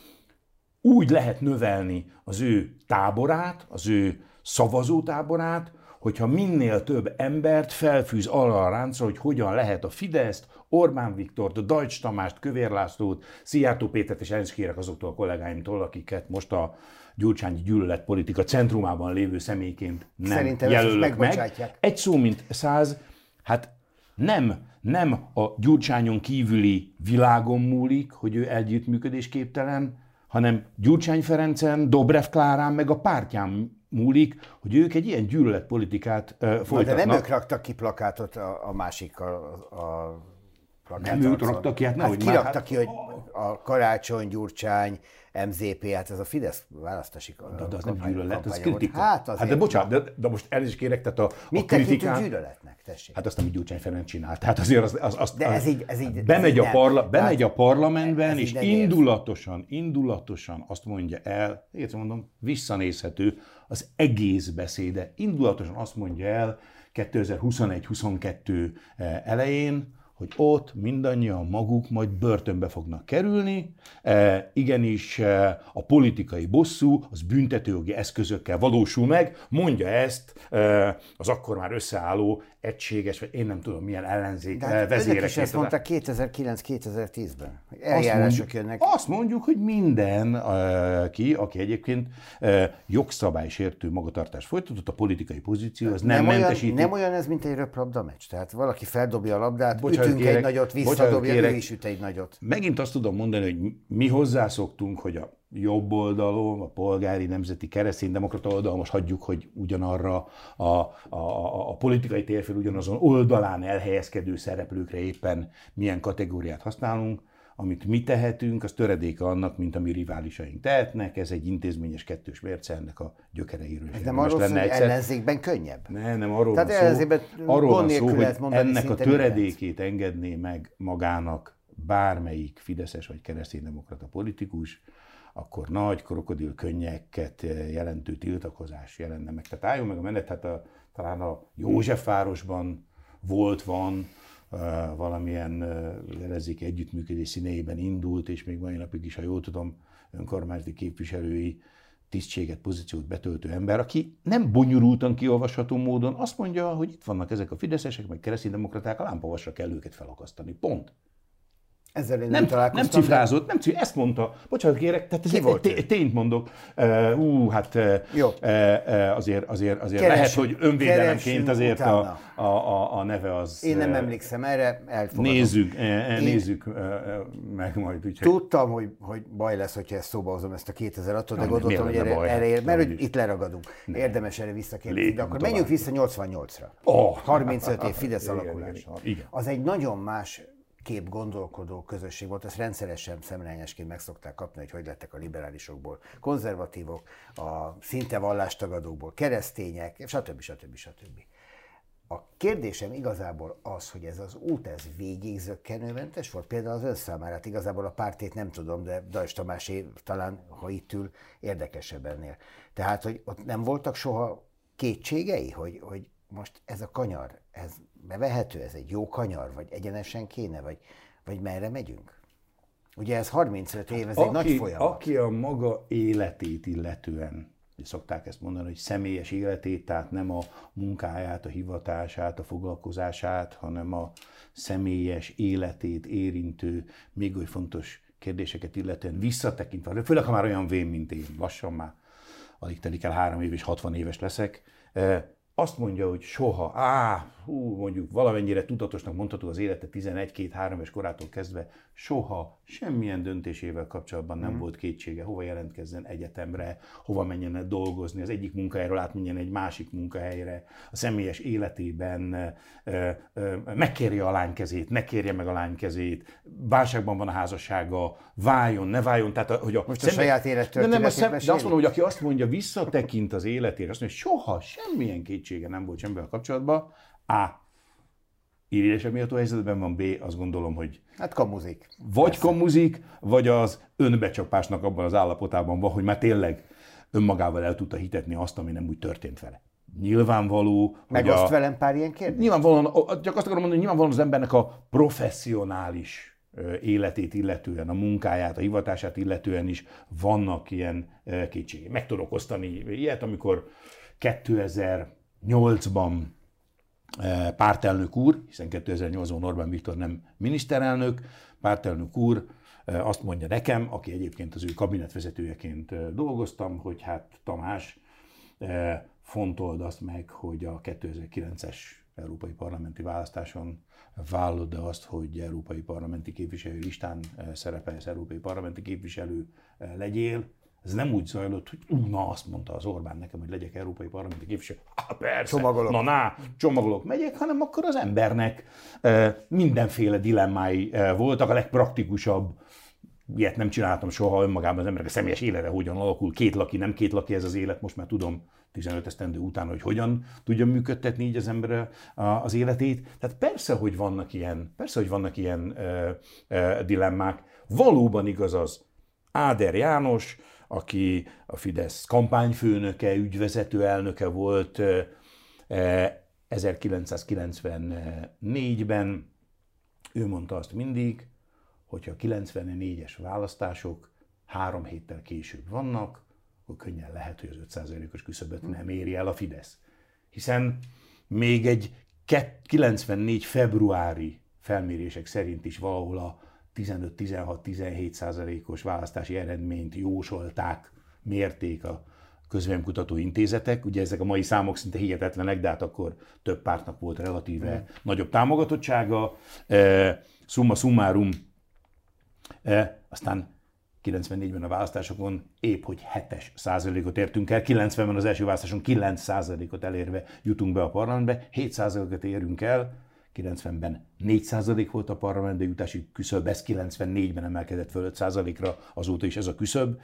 úgy lehet növelni az ő táborát, az ő szavazótáborát, hogyha minél több embert felfűz arra a ráncra, hogy hogyan lehet a Fideszt, Orbán Viktort, Deutsch Tamást, Kövér Lászlót, Szijjártó Pétert, és elnézést kérek azoktól a kollégáimtól, akiket most a gyurcsányi gyűlöletpolitika centrumában lévő személyként nem Szerintem jelölök meg. Egy szó mint száz, hát nem, nem a Gyurcsányon kívüli világon múlik, hogy ő együttműködésképtelen, hanem Gyurcsány Ferencen, Dobrev Klárán meg a pártján múlik, hogy ők egy ilyen gyűlöletpolitikát uh, folytatnak. De nem ők raktak ki plakátot a, a másik a, a plakát. Nem ők raktak ki, hát nehogy hát már. Kirakta hát, ki, hogy a Karácsony, Gyurcsány, em zé pé, hát ez a Fidesz választási De, de az nem gyűlölet, az kritika. Hát, hát de bocsánat, de, de most el is kérek, tehát a, mit a kritikán... Mit gyűlöletnek, tessék? Hát azt, amit Gyurcsány Ferenc csinált. Tehát azért az... az, az de ez így, ez így, bemegy, ez a, parla, nem. bemegy a parlamentben, és indulatosan, ér. indulatosan azt mondja el, én mondom, visszanézhető az egész beszéde. Indulatosan azt mondja el kétezer-huszonegy-huszonkettő elején, hogy ott mindannyian maguk majd börtönbe fognak kerülni. E, igenis e, a politikai bosszú az büntetőjogi eszközökkel valósul meg, mondja ezt e, az akkor már összeálló egységes, vagy én nem tudom milyen ellenzék hát vezérek. Önök is ezt mondták kétezer-kilenc kétezer-tízben. Eljárások jönnek. Azt mondjuk, hogy minden, uh, ki, aki egyébként uh, jogszabálysértő magatartást folytatott, a politikai pozíció, az nem, nem mentesíti. Nem olyan ez, mint egy röplabda meccs. Tehát valaki feldobja a labdát, bocsánat, ütünk kérek, egy nagyot, visszadobja, ő is üt egy nagyot. Megint azt tudom mondani, hogy mi hozzászoktunk, hogy a jobb oldalon, a polgári, nemzeti, kereszténydemokrata oldalon, most hagyjuk, hogy ugyanarra a, a, a, a politikai térfél ugyanazon oldalán elhelyezkedő szereplőkre éppen milyen kategóriát használunk. Amit mi tehetünk, az töredéke annak, mint ami riválisaink tehetnek. Ez egy intézményes kettős mérce, ennek a gyökereiről. Ez nem arról szó, hogy ellenzékben könnyebb? Ne, nem arról Tehát van szó, arról van szó, hogy ennek a töredékét mindent engedné meg magának bármelyik fideszes vagy kereszténydemokrata politikus, akkor nagy krokodil könnyeket jelentő tiltakozás jelenne meg. Tehát álljon meg a menet, hát a, talán a Józsefvárosban volt, van, uh, valamilyen uh, ellenzéki együttműködés színeiben indult, és még mai napig is, ha jól tudom, önkormányzati képviselői tisztséget, pozíciót betöltő ember, aki nem bonyolultan kiolvasható módon azt mondja, hogy itt vannak ezek a fideszesek, meg kereszténydemokraták, a lámpavasra kell őket felakasztani. Pont. Ezzel én nem, nem, nem cifrázott, nem cifrázott, ezt mondta. Bocsánat, kérek, tehát ez egy, egy tényt mondok. Uh, uh, hát uh, uh, azért, azért, azért lehet, hogy önvédelemként azért a, a, a, a neve az... Én nem emlékszem erre, elfogadom. Nézzük, én nézzük uh, meg majd. Úgyhogy... Tudtam, hogy, hogy baj lesz, hogyha ezt szóba hozom, ezt a kétezer-hatot, de gondoltam, hogy erre, erre ér, mert hogy itt leragadunk. Nem. Érdemes erre visszakérdezni. De akkor menjünk vissza nyolcvannyolcra. Oh. harmincöt év Fidesz alakulása. Igen. Az egy nagyon más kép gondolkodó közösség volt, ezt rendszeresen szemrehányásként meg szokták kapni, hogy hogy lettek a liberálisokból konzervatívok, a szinte vallástagadókból keresztények, stb. stb. stb. A kérdésem igazából az, hogy ez az út, ez végig zökkenőmentes volt, például az ön számára, hát igazából a pártét nem tudom, de Dajs Tamásé talán, ha itt ül, érdekesebb ennél. Tehát, hogy ott nem voltak soha kétségei, hogy, hogy most ez a kanyar, ez bevehető, ez egy jó kanyar, vagy egyenesen kéne, vagy, vagy merre megyünk? Ugye ez harmincöt év, ez aki, egy nagy folyamat. Aki a maga életét illetően, szokták ezt mondani, hogy személyes életét, tehát nem a munkáját, a hivatását, a foglalkozását, hanem a személyes életét érintő, még oly fontos kérdéseket illetően visszatekintve, főleg ha már olyan vén, mint én, lassan már alig telik el három év és hatvan éves leszek, azt mondja, hogy soha, á, hú, mondjuk valamennyire tudatosnak mondható az élete tizenegy-két-három éves korától kezdve, soha semmilyen döntésével kapcsolatban nem mm. volt kétsége, hova jelentkezzen egyetemre, hova menjen el dolgozni, az egyik munkahelyről átmenjen egy másik munkahelyre, a személyes életében ö, ö, megkérje a lány kezét, ne kérje meg a lány kezét, válságban van a házassága, váljon, ne váljon. Tehát, hogy a Most személy... a saját élettörténetét de, szem... de azt mondom, hogy aki azt mondja, visszatekint az életére, azt mondja, hogy soha semmilyen kétsége nem volt semmivel kapcsolatban, A. Írések miatt a helyzetben van, B. Azt gondolom, hogy hát kamuzik. Vagy Persze. kamuzik, vagy az önbecsapásnak abban az állapotában van, hogy már tényleg önmagával el tudta hitetni azt, ami nem úgy történt vele. Nyilvánvaló, Megoszt a... velem pár ilyen kérdést? Nyilvánvalóan, csak azt akarom mondani, hogy nyilvánvalóan az embernek a professzionális életét illetően, a munkáját, a hivatását illetően is vannak ilyen kétségei. Meg tudok osztani ilyet, amikor kétezer-nyolcban pártelnök úr, hiszen kétezer-nyolcban Orbán Viktor nem miniszterelnök, pártelnök úr azt mondja nekem, aki egyébként az ő kabinetvezetőjeként dolgoztam, hogy hát Tamás, fontold azt meg, hogy a kétezer-kilences európai parlamenti választáson vállalod-e azt, hogy európai parlamenti képviselő listán szerepelsz, európai parlamenti képviselő legyél. Ez nem úgy zajlott, hogy ú, na azt mondta az Orbán nekem, hogy legyek európai parlamenti képviselő. Há, persze, csomagolok. na, na, csomagolok, megyek, hanem akkor az embernek e, mindenféle dilemmái e, voltak, a legpraktikusabb. Ilyet nem csináltam soha önmagában az emberek a személyes élete, hogyan alakul, két laki, nem két laki ez az élet, most már tudom tizenöt esztendő után, hogy hogyan tudja működtetni így az ember az életét. Tehát persze, hogy vannak ilyen, persze, hogy vannak ilyen e, e, dilemmák. Valóban igaz az, Áder János, aki a Fidesz kampányfőnöke, ügyvezető elnöke volt ezerkilencszázkilencvennégyben, ő mondta azt mindig, hogyha a kilencvennégyes választások három héttel később vannak, akkor könnyen lehet, hogy az öt százalékos küszöböt nem éri el a Fidesz. Hiszen még egy kilencvennégy februári felmérések szerint is valahol a tizenöt tizenhat tizenhét százalékos választási eredményt jósolták, mérték a közvéleménykutató intézetek. Ugye ezek a mai számok szinte hihetetlenek, de hát akkor több pártnak volt relatíve mm. nagyobb támogatottsága. E, summa summarum, e, aztán kilencvennégyben a választásokon épp hogy hetes százalékot értünk el, kilencvenben az első választáson kilenc százalékot elérve jutunk be a parlamentbe, hét százalékot érünk el, kilencvenben négy százalék volt a parlamentbe jutási küszöb, ez kilencvennégyben emelkedett föl öt százalékra, azóta is ez a küszöb.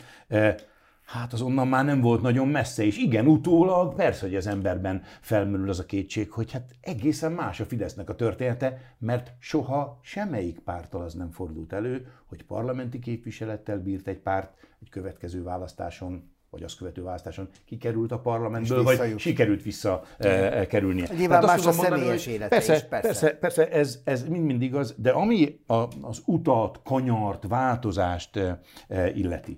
Hát az onnan már nem volt nagyon messze, és igen, utólag persze, hogy az emberben felmerül az a kétség, hogy hát egészen más a Fidesznek a története, mert soha semmelyik párttal az nem fordult elő, hogy parlamenti képviselettel bírt egy párt egy következő választáson, vagy azt követő választáson kikerült a parlamentből, vagy sikerült visszakerülnie. E, Nyilván más a személyes élete persze, is, persze. Persze, persze ez, ez mind-mind igaz, de ami a, az utat, kanyart, változást e, e, illeti.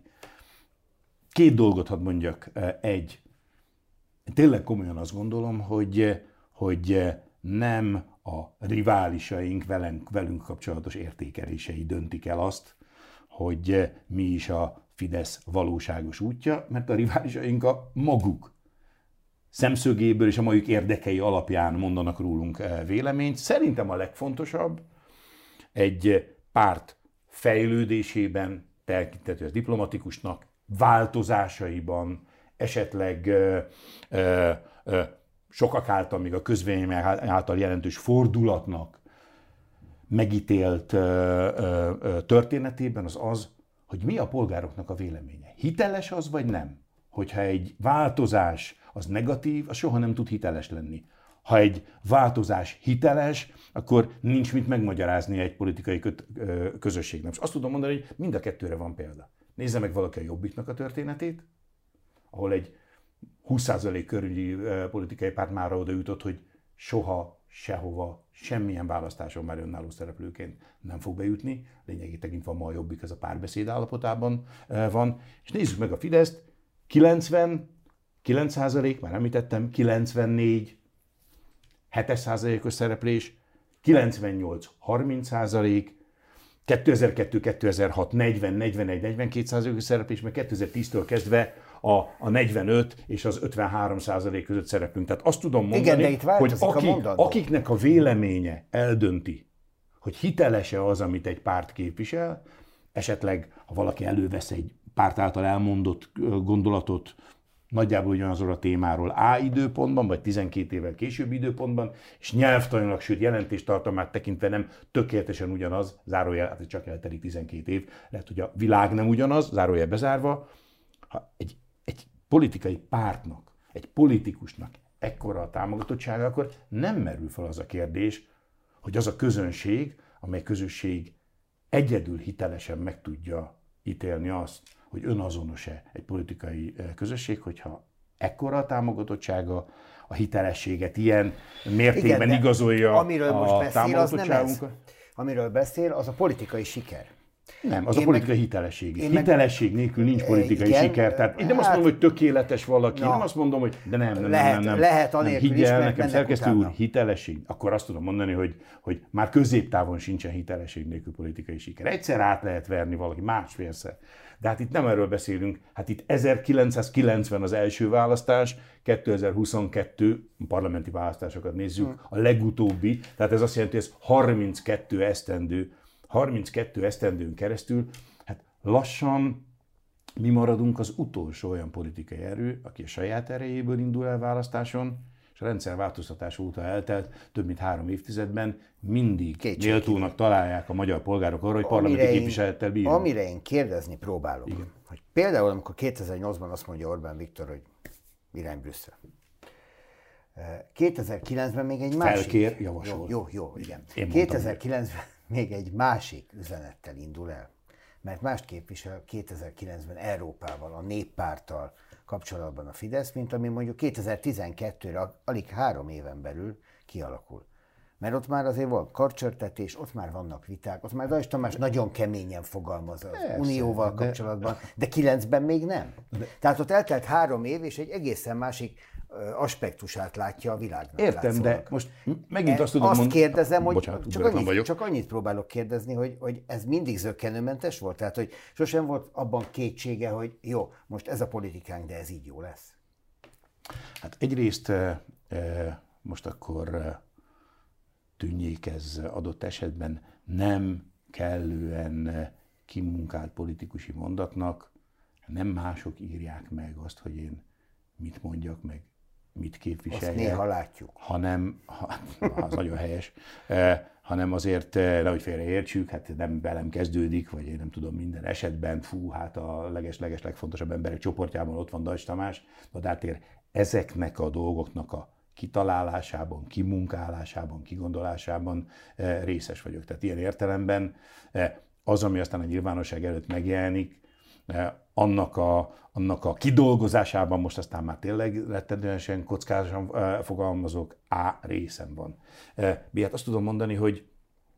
Két dolgot hadd mondjak. Egy, tényleg komolyan azt gondolom, hogy, hogy nem a riválisaink velünk, velünk kapcsolatos értékelései döntik el azt, hogy mi is a Fidesz valóságos útja, mert a riválisaink a maguk szemszögéből és a maguk érdekei alapján mondanak rólunk véleményt. Szerintem a legfontosabb egy párt fejlődésében, tekintető az diplomatikusnak, változásaiban, esetleg ö, ö, ö, sokak által, még a közvélemény által jelentős fordulatnak megítélt ö, ö, ö, történetében az az, hogy mi a polgároknak a véleménye. Hiteles az, vagy nem? Hogyha egy változás az negatív, az soha nem tud hiteles lenni. Ha egy változás hiteles, akkor nincs mit megmagyarázni egy politikai közösségnek. És azt tudom mondani, hogy mind a kettőre van példa. Nézze meg valaki a Jobbiknak a történetét, ahol egy húsz százalék körüli politikai párt már oda jutott, hogy soha, sehova, semmilyen választáson már önálló szereplőként nem fog bejutni. Lényegét tekintve ma a Jobbik ez a párbeszéd állapotában van. És nézzük meg a Fideszt, kilencvenkilenc százalék, már említettem, kilencvennégy, hetes százalékos szereplés, kilencvennyolc, harminc százalék, kétezer-kettő kétezer-hat negyven negyvenegy negyvenkét százalékos szereplés, mert kétezer-tíztől kezdve a, a negyvenöt és az ötvenhárom százalék között szereplünk. Tehát azt tudom mondani, igen, hogy akik, akiknek a véleménye eldönti, hogy hiteles-e az, amit egy párt képvisel, esetleg ha valaki elővesz egy párt által elmondott gondolatot, nagyjából ugyanazról a témáról A időpontban, vagy tizenkét évvel későbbi időpontban, és nyelvtanilag, sőt jelentéstartalmát tekintve nem tökéletesen ugyanaz, zárójel, hát csak eltelik tizenkét év, lehet, hogy a világ nem ugyanaz, zárójel bezárva. Ha egy, egy politikai pártnak, egy politikusnak ekkora a támogatottsága, akkor nem merül fel az a kérdés, hogy az a közönség, amely közösség egyedül hitelesen meg tudja ítélni azt, hogy önazonos-e egy politikai közösség, hogyha ekkora a támogatottsága, a hitelességet ilyen mértékben igen, igazolja amiről most a beszél, az nem ez. Amiről beszél, az a politikai siker. Nem, az én a politikai meg, hitelesség. Hitelesség meg, nélkül nincs politikai igen, siker. Tehát én nem hát, azt mondom, hogy tökéletes valaki, na, nem azt mondom, hogy de nem, nem, lehet, nem, nem, lehet nem, anélkül nem higgyel is, nekem, szerkesztő úr, hitelesség. Akkor azt tudom mondani, hogy, hogy már középtávon sincsen hitelesség nélkül politikai siker. Egyszer át lehet verni valaki, másfélszer. De hát itt nem erről beszélünk, hát itt ezerkilencszázkilencven az első választás, kétezer-huszonkettő, parlamenti választásokat nézzük, hmm. a legutóbbi, tehát ez azt jelenti, hogy ez harminckettő esztendő, harminckettő esztendőn keresztül, hát lassan mi maradunk az utolsó olyan politikai erő, aki a saját erejéből indul el választáson, és a rendszerváltoztatás óta eltelt több mint három évtizedben mindig méltónak találják a magyar polgárok arra, hogy parlamenti képviselettel bírnak. Amire én kérdezni próbálok, igen. Hogy például amikor kétezer-nyolcban azt mondja Orbán Viktor, hogy irány Brüsszel. kétezer-kilencben még egy másik... Felkér, javasol. Jó, jó, jó igen. kétezer-kilencben még egy másik üzenettel indul el. Mert mást képvisel kétezer-kilencben Európával, a Néppárttal kapcsolatban a Fidesz, mint ami mondjuk kétezer-tizenkettőre, alig három éven belül kialakul. Mert ott már azért van karcsörtetés, ott már vannak viták, ott már Dajs Tamás nagyon keményen fogalmaz az Persze, Unióval de... kapcsolatban, de kilencben még nem. De... Tehát ott eltelt három év, és egy egészen másik aspektusát látja a világnak. Értem, látszólag. De most megint azt tudom mondani... Azt mond... kérdezem, hogy Bocsánat, csak, annyit, csak annyit próbálok kérdezni, hogy, hogy ez mindig zökkenőmentes volt? Tehát, hogy sosem volt abban kétsége, hogy jó, most ez a politikánk, de ez így jó lesz? Hát egyrészt most akkor tűnjék ez adott esetben nem kellően kimunkált politikusi mondatnak, nem mások írják meg azt, hogy én mit mondjak, meg mit képviseljek. Azt néha látjuk. Hanem, ha, az nagyon helyes, eh, hanem azért, nehogy félreértsük, hát nem velem kezdődik, vagy én nem tudom, minden esetben, fú, hát a leges-leges legfontosabb emberek csoportjában ott van Dajcs Tamás, de hát ér, ezeknek a dolgoknak a kitalálásában, kimunkálásában, kigondolásában eh, részes vagyok. Tehát ilyen értelemben eh, az, ami aztán a nyilvánosság előtt megjelenik, eh, annak, a, annak a kidolgozásában most aztán már tényleg rettenetesen kockázaton eh, fogalmazok, A részem van. Eh, miért azt tudom mondani, hogy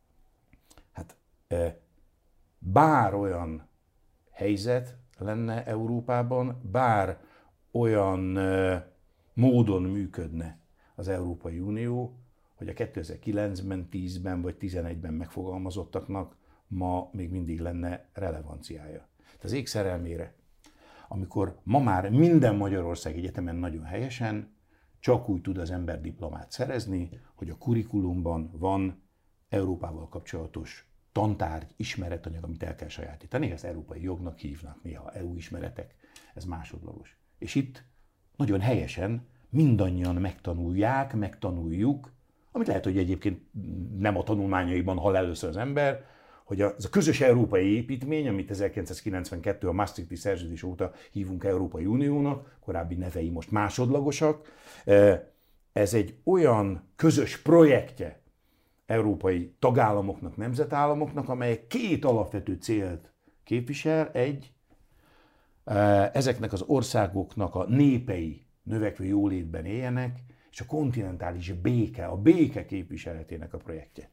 hát eh, bár olyan helyzet lenne Európában, bár olyan eh, módon működne az Európai Unió, hogy a kétezer-kilencben, tízben vagy tizenegyben megfogalmazottaknak ma még mindig lenne relevanciája. Tehát az ég szerelmére, amikor ma már minden Magyarország egyetemen nagyon helyesen csak úgy tud az ember diplomát szerezni, hogy a kurikulumban van Európával kapcsolatos tantárgy, ismeretanyag, amit el kell sajátítani. Ezt európai jognak hívnak, néha é u ismeretek, ez másodlagos. És itt nagyon helyesen mindannyian megtanulják, megtanuljuk, amit lehet, hogy egyébként nem a tanulmányaiban hall először az ember, hogy az a közös európai építmény, amit ezerkilencszázkilencvenkettő a Maastrichti szerződés óta hívunk Európai Uniónak, korábbi nevei most másodlagosak, ez egy olyan közös projektje európai tagállamoknak, nemzetállamoknak, amely két alapvető célt képvisel. Egy, ezeknek az országoknak a népei növekvő jólétben éljenek, és a kontinentális béke, a béke képviseletének a projektje.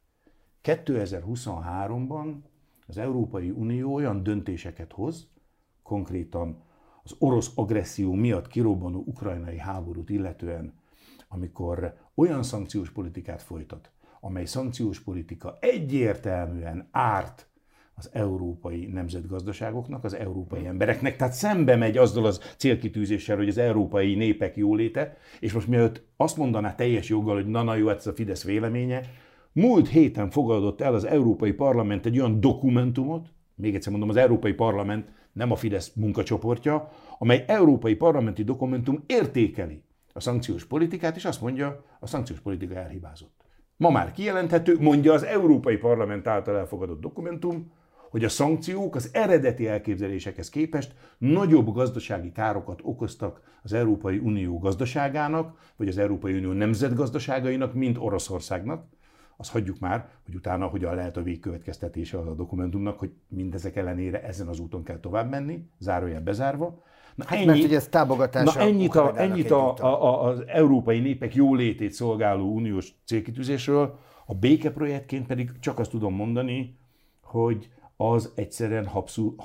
kétezer-huszonháromban az Európai Unió olyan döntéseket hoz, konkrétan az orosz agresszió miatt kirobbanó ukrajnai háborút illetően, amikor olyan szankciós politikát folytat, amely szankciós politika egyértelműen árt az európai nemzetgazdaságoknak, az európai embereknek, tehát szembe megy azzal az célkitűzéssel, hogy az európai népek jóléte, és most mielőtt azt mondaná teljes joggal, hogy na, na jó, ez a Fidesz véleménye, múlt héten fogadott el az Európai Parlament egy olyan dokumentumot, még egyszer mondom, az Európai Parlament nem a Fidesz munkacsoportja, amely európai parlamenti dokumentum értékeli a szankciós politikát, és azt mondja, a szankciós politika elhibázott. Ma már kijelenthető, mondja az Európai Parlament által elfogadott dokumentum, hogy a szankciók az eredeti elképzelésekhez képest nagyobb gazdasági károkat okoztak az Európai Unió gazdaságának, vagy az Európai Unió nemzetgazdaságainak, mint Oroszországnak. Azt hagyjuk már, hogy utána hogyan lehet a végkövetkeztetése a dokumentumnak, hogy mindezek ellenére ezen az úton kell tovább menni, zárójel bezárva. Na, hát ennyi, mert ugye ez támogatása na ennyit, a, ennyit a, a, a, az európai népek jólétét szolgáló uniós célkitűzésről, a békeprojektként pedig csak azt tudom mondani, hogy az egyszerűen abszurd,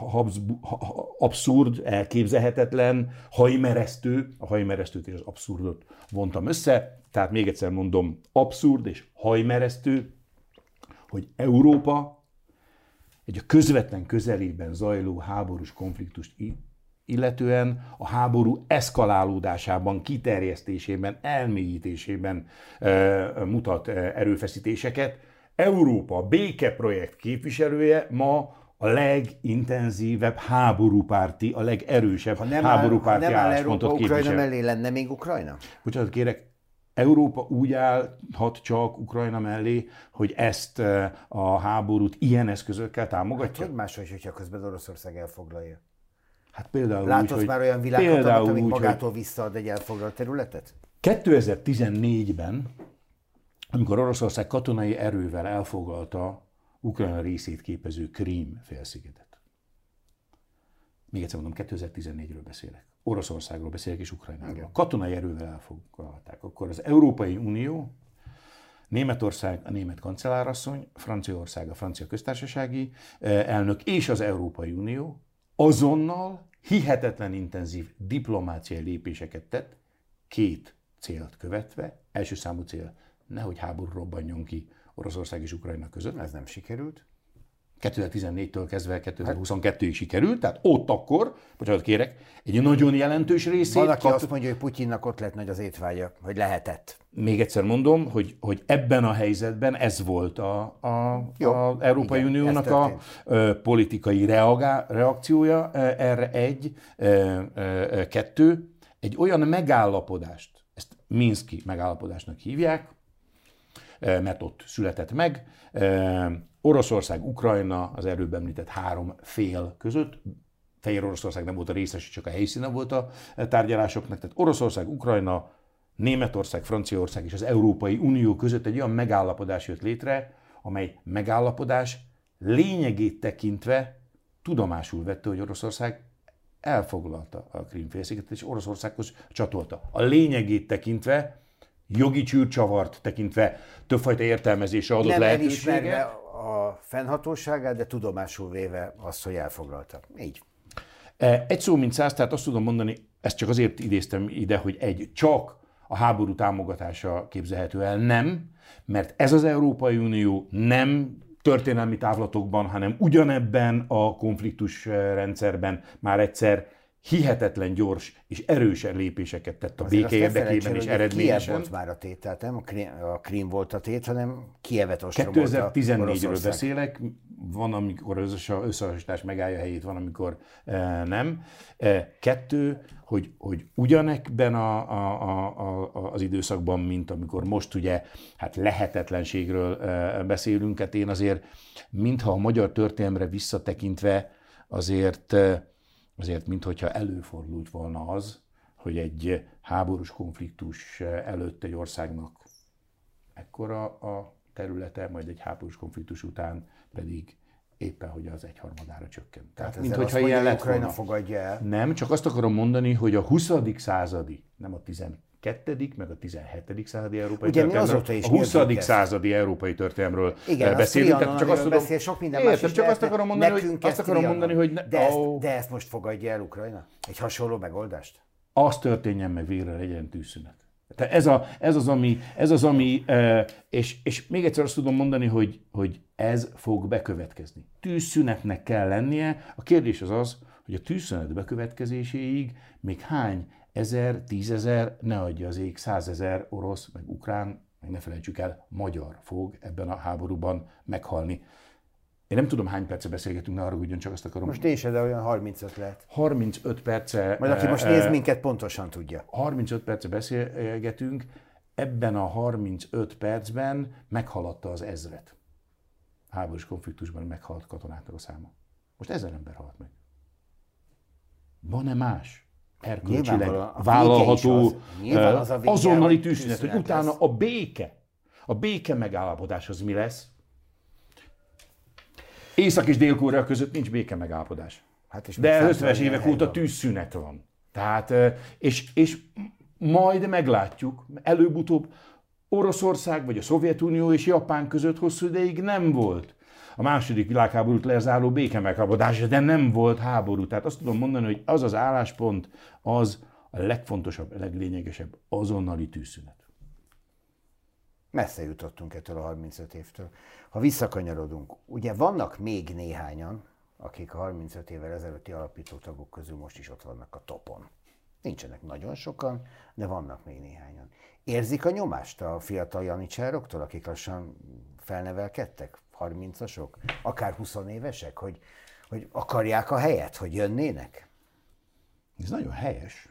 abszurd, elképzelhetetlen, hajmeresztő, a hajmeresztőt és az abszurdot vontam össze, tehát még egyszer mondom, abszurd és hajmeresztő, hogy Európa egy a közvetlen közelében zajló háborús konfliktust illetően a háború eszkalálódásában, kiterjesztésében, elmélyítésében e, mutat erőfeszítéseket. Európa békeprojekt képviselője ma a legintenzívebb háborúpárti, a legerősebb ha nem háborúpárti áll, álláspontot képvisel. Ukrajna mellé lenne még Ukrajna? Bocsánat, kérek, Európa úgy állhat csak Ukrajna mellé, hogy ezt a háborút ilyen eszközökkel támogatja? Hát, hogy máshogy, hogyha közben Oroszország elfoglalja? Hát például Látod úgy, már olyan világhatalmat, amik magától hogy... visszaad egy elfoglalt területet? kétezer-tizennégyben, amikor Oroszország katonai erővel elfoglalta Ukrajna részét képező Krím félszigetet. Még egyszer mondom, kétezer-tizennégyről beszélek. Oroszországról beszélek és Ukrajnáról. Katonai erővel elfoglalták. Akkor az Európai Unió Németország a német kancellárasszony, Franciaország a francia köztársasági elnök és az Európai Unió azonnal hihetetlen intenzív diplomáciai lépéseket tett, két célt követve. Első számú cél, nehogy háború robbanjon ki Oroszország és Ukrajna között. Ez nem sikerült. kétezer-tizennégytől kezdve kétezer-huszonkettőig sikerült, tehát ott akkor, bocsánat kérek, egy nagyon jelentős részét... Van, aki kap... azt mondja, hogy Putyinnak ott lett nagy az étvágya, hogy lehetett. Még egyszer mondom, hogy, hogy ebben a helyzetben ez volt a, a, Jó, az Európai igen, Uniónak a, a politikai reagá, reakciója erre egy, kettő, egy olyan megállapodást, ezt Minszki megállapodásnak hívják, mert ott született meg, Oroszország, Ukrajna, az előbb említett három fél között, Fehér Oroszország nem volt a részes, csak a helyszíne volt a tárgyalásoknak, tehát Oroszország, Ukrajna, Németország, Franciaország és az Európai Unió között egy olyan megállapodás jött létre, amely megállapodás lényegét tekintve tudomásul vette, hogy Oroszország elfoglalta a Krím-félszigetet és Oroszországhoz csatolta. A lényegét tekintve, jogi csűrcsavart tekintve többfajta értelmezésre adott nem lehetőséget. Nem a fennhatóságát, de tudomásul véve azt, hogy elfoglalta. Így. Egy szó mint száz, tehát azt tudom mondani, ezt csak azért idéztem ide, hogy egy csak a háború támogatása képzelhető el, nem, mert ez az Európai Unió nem történelmi távlatokban, hanem ugyanebben a konfliktus rendszerben már egyszer hihetetlen gyors és erős lépéseket tett a béke érdekében és eredményesen. Kiev volt már a tét, tehát nem a Krím volt a tét, hanem Kievet ostromolta kétezer-tizennégyről beszélek, van, amikor az összehasonlítás megállja helyét, van, amikor e, nem. E, kettő, hogy, hogy ugyanekben a, a, a, a, az időszakban, mint amikor most ugye hát lehetetlenségről e, beszélünk, hát én azért, mintha a magyar történelemre visszatekintve azért azért, minthogyha előfordult volna az, hogy egy háborús konfliktus előtt egy országnak ekkora a területe, majd egy háborús konfliktus után pedig éppen, hogy az egyharmadára csökkent. Tehát, Tehát minthogyha ilyen lett volna. Fogadja el. Nem, csak azt akarom mondani, hogy a huszadik századi, nem a tizenkettedik meg a tizenhetedik századi európai ugye, történelemről, a huszadik századi európai történelemről igen, beszélünk. Igen, csak azt tudom, beszél, sok minden értem, más csak azt akarom mondani, hogy, azt akarom mondani, hogy ne, de, ezt, oh. de ezt most fogadja el Ukrajna? Egy hasonló megoldást? Az történjen meg, végre legyen tűzszünet. Tehát ez, a, ez az, ami, ez az, ami és, és még egyszer azt tudom mondani, hogy, hogy ez fog bekövetkezni. Tűzszünetnek kell lennie. A kérdés az az, hogy a tűzszünet bekövetkezéséig még hány ezer, tízezer, ne adja az ég, százezer orosz, meg ukrán, meg ne felejtsük el, magyar fog ebben a háborúban meghalni. Én nem tudom, hány perce beszélgetünk, ne haragudjon, csak azt akarom. Most én se, de olyan harmincöt lehet. harmincöt perce. Majd aki most néz minket, pontosan tudja. harmincöt perce beszélgetünk, ebben a harmincöt percben meghaladta az ezret. A háborús konfliktusban meghalt katonáknak a száma. Most ezer ember halt meg. Van-e más erkölcsileg vállalható az, az azonnali tűzszünet, hogy utána lesz. A béke, a béke megállapodás az mi lesz? Észak- és Dél-Korea között nincs béke megállapodás. Hát és de ötvenes évek óta tűzszünet van. Tehát, és, és majd meglátjuk, előbb-utóbb Oroszország vagy a Szovjetunió és Japán között hosszú ideig nem volt a második világháborút lezáró béke megállapodás, de nem volt háború. Tehát azt tudom mondani, hogy az az álláspont, az a legfontosabb, a leglényegesebb azonnali tűzszünet. Messze jutottunk ettől a harmincöt évtől. Ha visszakanyarodunk, ugye vannak még néhányan, akik a harmincöt évvel ezelőtti alapító tagok közül most is ott vannak a topon. Nincsenek nagyon sokan, de vannak még néhányan. Érzik a nyomást a fiatal janicsároktól, akik lassan felnevelkedtek, harmincasok, akár huszonévesek, hogy, hogy akarják a helyet, hogy jönnének? Ez nagyon helyes.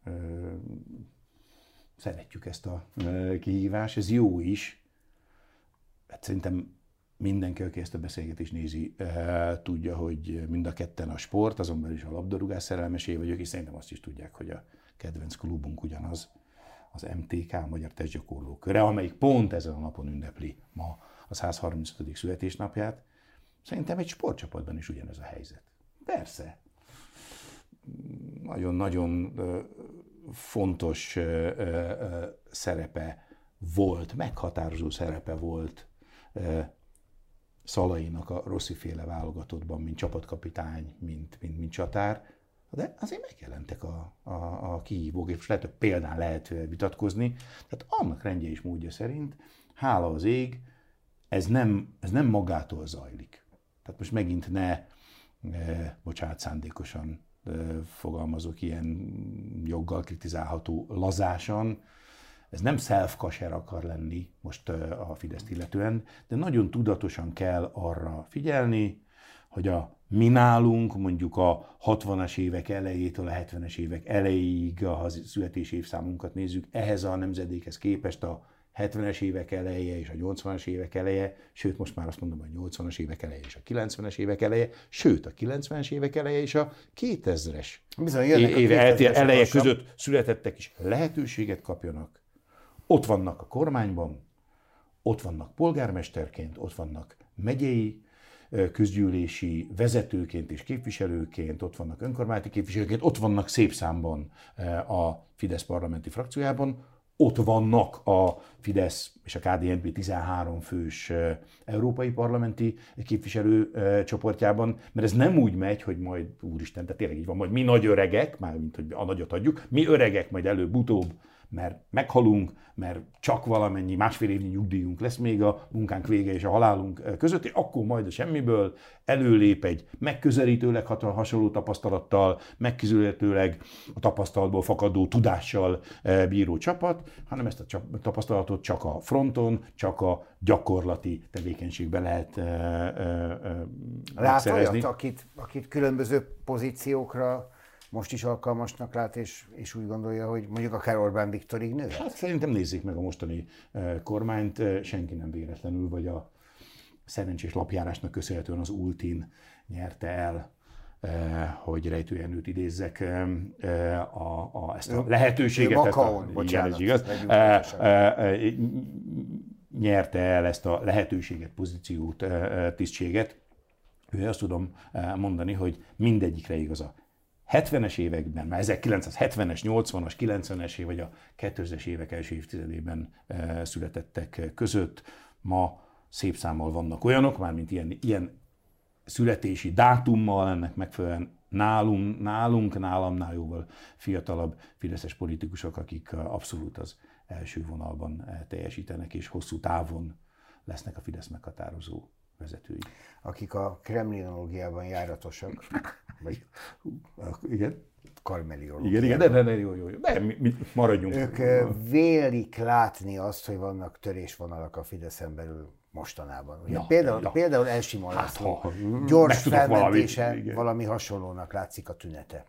Szeretjük ezt a kihívást, ez jó is. Hát szerintem mindenki, aki ezt a beszélgetést nézi, tudja, hogy mind a ketten a sport, azon belül is a labdarúgás szerelmesé vagyok, és szerintem azt is tudják, hogy a kedvenc klubunk ugyanaz, az em té ká, a Magyar Testgyakorló Köre, amelyik pont ezen a napon ünnepli ma a százharmincötödik születésnapját. Szerintem egy sportcsapatban is ugyanez a helyzet. Persze. Nagyon-nagyon fontos szerepe volt, meghatározó szerepe volt Szalainak a Rossi-féle válogatottban, mint csapatkapitány, mint, mint, mint csatár, de azért megjelentek a, a, a kihívók, és lehet, hogy példán lehet vitatkozni. Tehát annak rendje és módja szerint, hála az ég, ez nem, ez nem magától zajlik. Tehát most megint ne, e, bocsánat, szándékosan e, fogalmazok ilyen joggal kritizálható lazásan, ez nem self-kasher akar lenni most a Fideszt illetően, de nagyon tudatosan kell arra figyelni, hogy a mi nálunk mondjuk a hatvanas évek elejétől a hetvenes évek elejéig, ha a születési évszámunkat nézzük, ehhez a nemzedékhez képest a hetvenes évek eleje és a nyolcvanas évek eleje, sőt most már azt mondom, hogy a nyolcvanas évek eleje és a kilencvenes évek eleje, sőt a kilencvenes évek eleje és a kétezres éve eleje között születettek is lehetőséget kapjanak. Ott vannak a kormányban, ott vannak polgármesterként, ott vannak megyei közgyűlési vezetőként és képviselőként, ott vannak önkormányzati képviselőként, ott vannak szép számban a Fidesz parlamenti frakciójában, ott vannak a Fidesz és a ká dé en pé tizenhárom fős európai parlamenti képviselő csoportjában, mert ez nem úgy megy, hogy majd, úristen, tehát tényleg így van, majd mi nagy öregek, mármint hogy a nagyot adjuk, mi öregek majd előbb-utóbb, mert meghalunk, mert csak valamennyi másfél évnyi nyugdíjunk lesz még a munkánk vége és a halálunk között, és akkor majd a semmiből előlép egy megközelítőleg hasonló tapasztalattal, megközelítőleg a tapasztalatból fakadó tudással bíró csapat, hanem ezt a tapasztalatot csak a fronton, csak a gyakorlati tevékenységben lehet Lát olyat, akit, akit különböző pozíciókra most is alkalmasnak lát, és, és úgy gondolja, hogy mondjuk akár Orbán Viktorig nőhet? Hát szerintem nézzék meg a mostani kormányt, senki nem véletlenül, vagy a szerencsés lapjárásnak köszönhetően az Ultin nyerte el, hogy Rejtő Jenőt idézzek, a, a, ezt a lehetőséget. Makaon, a, bocsánat. Igen, ez igaz. Nyerte el ezt a lehetőséget, pozíciót, tisztséget. Ő azt tudom mondani, hogy mindegyikre igaz a hetvenes években, már ezerkilencszázhetvenes, nyolcvanas, kilencvenes év, vagy a kétezres évek első évtizedében e, születettek között ma szép számmal vannak olyanok, mármint ilyen, ilyen születési dátummal, ennek megfelelően nálunk, nálunk, nálamnál jóval fiatalabb fideszes politikusok, akik abszolút az első vonalban teljesítenek, és hosszú távon lesznek a Fidesz meghatározó vezetői. Akik a kremlinológiában járatosak, vagy igen. karmeliológiában. Igen, igen, de, de, de jó, jó, jó. De, mi, mi maradjunk. Ők vélik látni azt, hogy vannak törésvonalak a Fideszen belül mostanában. Ugye, ja, például, ja. például Elsimon László hát, gyors felmentése valami, valami hasonlónak látszik a tünete.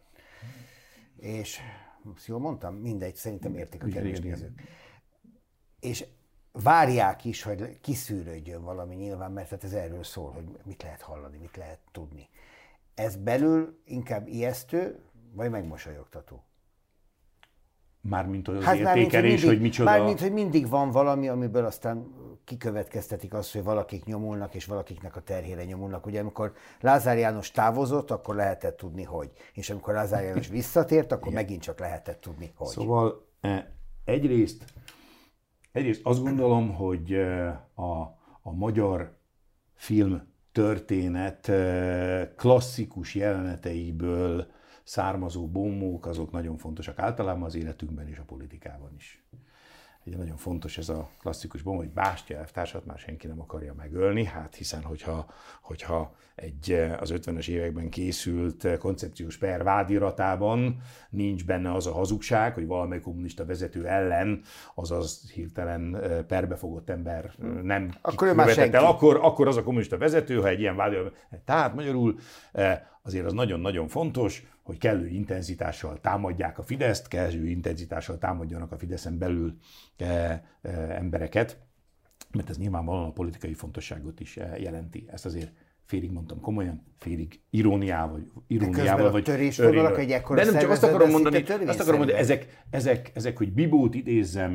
És most jól mondtam? Mindegy, szerintem értik a kedves nézők. És várják is, hogy kiszűrődjön valami nyilván, mert hát ez erről szól, hogy mit lehet hallani, mit lehet tudni. Ez belül inkább ijesztő, vagy megmosolyogtató? Mármint az hát értékelés, mindig, hogy micsoda... Mármint, hogy mindig van valami, amiből aztán kikövetkeztetik azt, hogy valakik nyomulnak, és valakiknek a terhére nyomulnak. Ugye amikor Lázár János távozott, akkor lehetett tudni, hogy. És amikor Lázár János visszatért, akkor igen, megint csak lehetett tudni, hogy. Szóval egyrészt, egyrészt azt gondolom, hogy a, a magyar film történet klasszikus jeleneteiből származó bombók, azok nagyon fontosak általában az életünkben és a politikában is. Ugye nagyon fontos ez a klasszikus bomba, hogy Bástya elvtársat már senki nem akarja megölni, hát hiszen hogyha, hogyha egy az ötvenes években készült koncepciós per vádiratában nincs benne az a hazugság, hogy valamelyik kommunista vezető ellen, azaz hirtelen perbefogott ember nem követett el, akkor, akkor az a kommunista vezető, ha egy ilyen vádirat... Tehát magyarul azért az nagyon-nagyon fontos, hogy kellő intenzitással támadják a Fideszt, kellő intenzitással támadjanak a Fideszen belül e, e, embereket, mert ez nyilvánvalóan a politikai fontosságot is jelenti. Ezt azért félig mondtam komolyan, félig iróniával, iróniával vagy törésvonalak egy ekkora de nem csak azt akarom mondani, azt akarom mondani, ezek, ezek, ezek, hogy Bibót idézzem,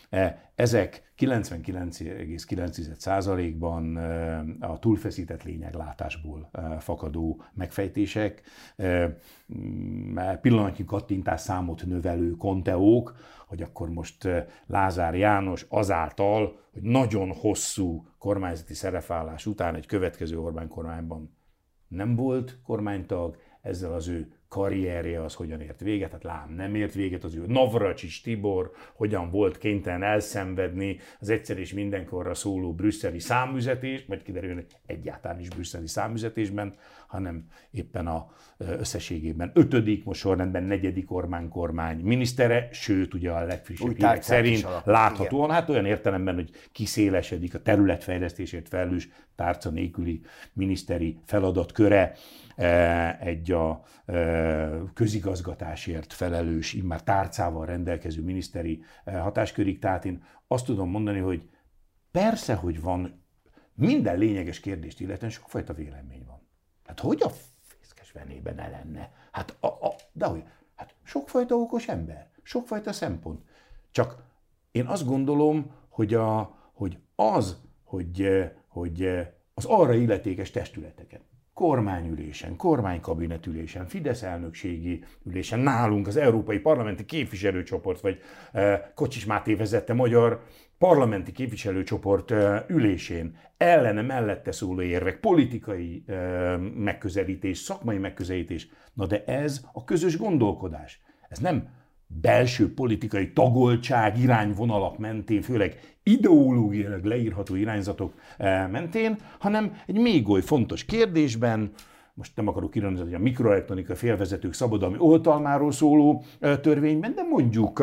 Ezek kilencvenkilenc egész kilenc százalékban a túlfeszített lényeglátásból fakadó megfejtések, pillanatnyi kattintás számot növelő konteók, hogy akkor most Lázár János azáltal, hogy nagyon hosszú kormányzati szerepvállás után egy következő Orbán kormányban nem volt kormánytag, ezzel az ő karrierje az hogyan ért véget, hát lám nem ért véget, az ő Navracsics Tibor hogyan volt kénytelen elszenvedni az egyszer és mindenkorra szóló brüsszeli számüzetést, majd kiderül, hogy egyáltalán is brüsszeli számüzetésben, hanem éppen a összességében ötödik, most sorrendben negyedik Orbán kormány minisztere, sőt ugye a legfrissebb hírek szerint láthatóan, igen. Hát olyan értelemben, hogy kiszélesedik a területfejlesztésért felelős tárca nélküli miniszteri feladatköre, egy a közigazgatásért felelős, immár tárcával rendelkező miniszteri hatáskörig. Tehát én azt tudom mondani, hogy persze, hogy van minden lényeges kérdést illetően sokfajta vélemény van. Hát hogy a fészkes venében ne lenne? Hát, a, a, de hogy? Hát sokfajta okos ember, sokfajta szempont. Csak én azt gondolom, hogy, a, hogy az, hogy, hogy az arra illetékes testületeken, kormányülésen, kormánykabinetülésen, Fidesz elnökségi ülésen, nálunk az Európai Parlamenti Képviselőcsoport, vagy e, Kocsis Máté vezette magyar parlamenti képviselőcsoport e, ülésén ellene mellette szóló érvek, politikai e, megközelítés, szakmai megközelítés, na de ez a közös gondolkodás. Ez nem belső politikai tagoltság, irányvonalak mentén, főleg ideológiailag leírható irányzatok mentén, hanem egy még oly fontos kérdésben, most nem akarok irányzatni a mikroelektronika félvezetők szabadalmi oltalmáról szóló törvényben, de mondjuk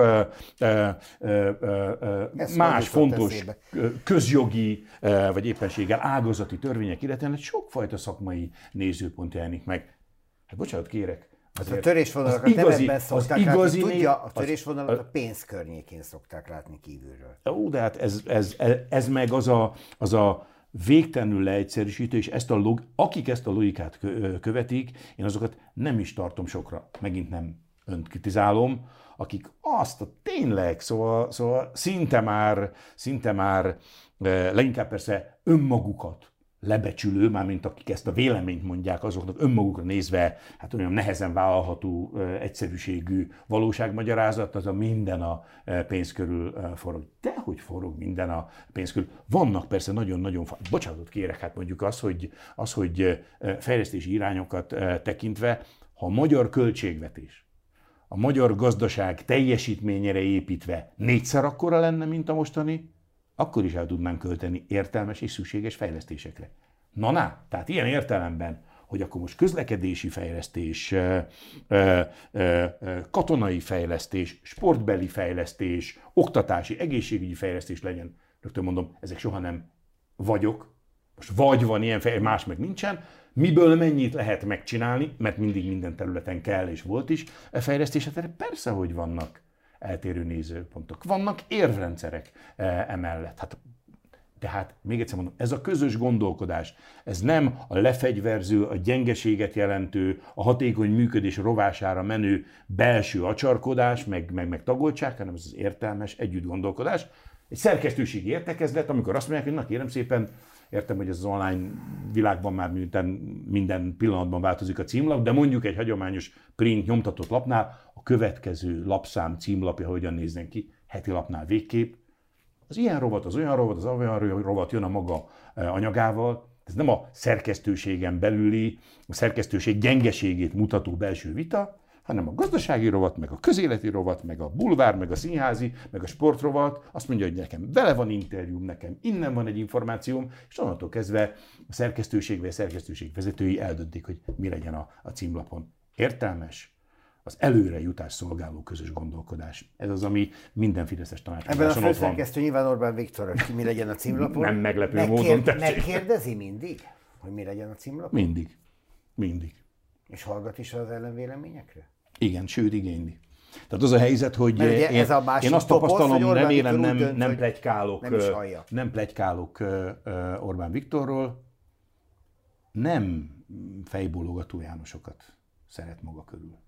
más fontos közjogi, vagy éppenséggel ágazati törvények illetően egy sokfajta szakmai nézőpont jelenik meg. Hát bocsánat kérek, azért a törésvonalakat nem ebben szokták látni, tudja, a törésvonalat a pénz környékén szokták látni kívülről. Ó, de hát ez, ez, ez meg az a, az a végtelenül leegyszerűsítő, és ezt a log, akik ezt a logikát követik, én azokat nem is tartom sokra, megint nem önt kritizálom, akik azt a tényleg, szóval, szóval szinte már, szinte már leginkább persze önmagukat lebecsülő, mármint akik ezt a véleményt mondják, azoknak önmagukra nézve, hát olyan nehezen vállalható egyszerűségű valóságmagyarázat, az a minden a pénz körül forog. Dehogy forog minden a pénz körül. Vannak persze nagyon-nagyon, bocsánatot kérek, hát mondjuk az, hogy, az, hogy fejlesztési irányokat tekintve, ha a magyar költségvetés, a magyar gazdaság teljesítményére építve négyszer akkora lenne, mint a mostani, akkor is el tudnánk költeni értelmes és szükséges fejlesztésekre. Na, na, tehát ilyen értelemben, hogy akkor most közlekedési fejlesztés, katonai fejlesztés, sportbeli fejlesztés, oktatási, egészségügyi fejlesztés legyen, rögtön mondom, ezek soha nem vagyok. Most vagy van ilyen fejlesztés, más meg nincsen. Miből mennyit lehet megcsinálni, mert mindig minden területen kell és volt is fejlesztés, hát persze, hogy vannak eltérő nézőpontok. Vannak érvrendszerek emellett. Hát, tehát még egyszer mondom, ez a közös gondolkodás, ez nem a lefegyverző, a gyengeséget jelentő, a hatékony működés rovására menő belső acsarkodás, meg, meg, meg tagoltság, hanem ez az értelmes együttgondolkodás. Egy szerkesztőségi értekezlet, amikor azt mondják, hogy na kérem szépen, értem, hogy ez az online világban már minden, minden pillanatban változik a címlap, de mondjuk egy hagyományos print nyomtatott lapnál a következő lapszám címlapja hogyan nézzen ki, heti lapnál végképp. Az ilyen rovat, az olyan rovat, az olyan rovat jön a maga anyagával. Ez nem a szerkesztőségen belüli, a szerkesztőség gyengeségét mutató belső vita, hanem a gazdasági rovat, meg a közéleti rovat, meg a bulvár, meg a színházi, meg a sportrovat azt mondja, hogy nekem vele van interjúm, nekem innen van egy információm, és onnantól kezdve a szerkesztőség vagy a szerkesztőség vezetői eldöntik, hogy mi legyen a, a címlapon. Értelmes, az előre jutás szolgáló közös gondolkodás. Ez az, ami minden fideszes tanácskozáson ott van. Ebben a főszerkesztő nyilván Orbán Viktor, hogy mi legyen a címlapon. Nem meglepő Megkér, módon tetszik. Megkérdezi mindig, hogy mi legyen a címlapon? Mindig. Mindig. És hallgat is az ellenvéleményekre? Igen, sőt igényli. Tehát az a helyzet, hogy én, ez a én azt tapasztalom, topos, remélem nem, dönt, nem pletykálok, nem, nem pletykálok Orbán Viktorról, nem fejbólogató Jánosokat szeret maga körül.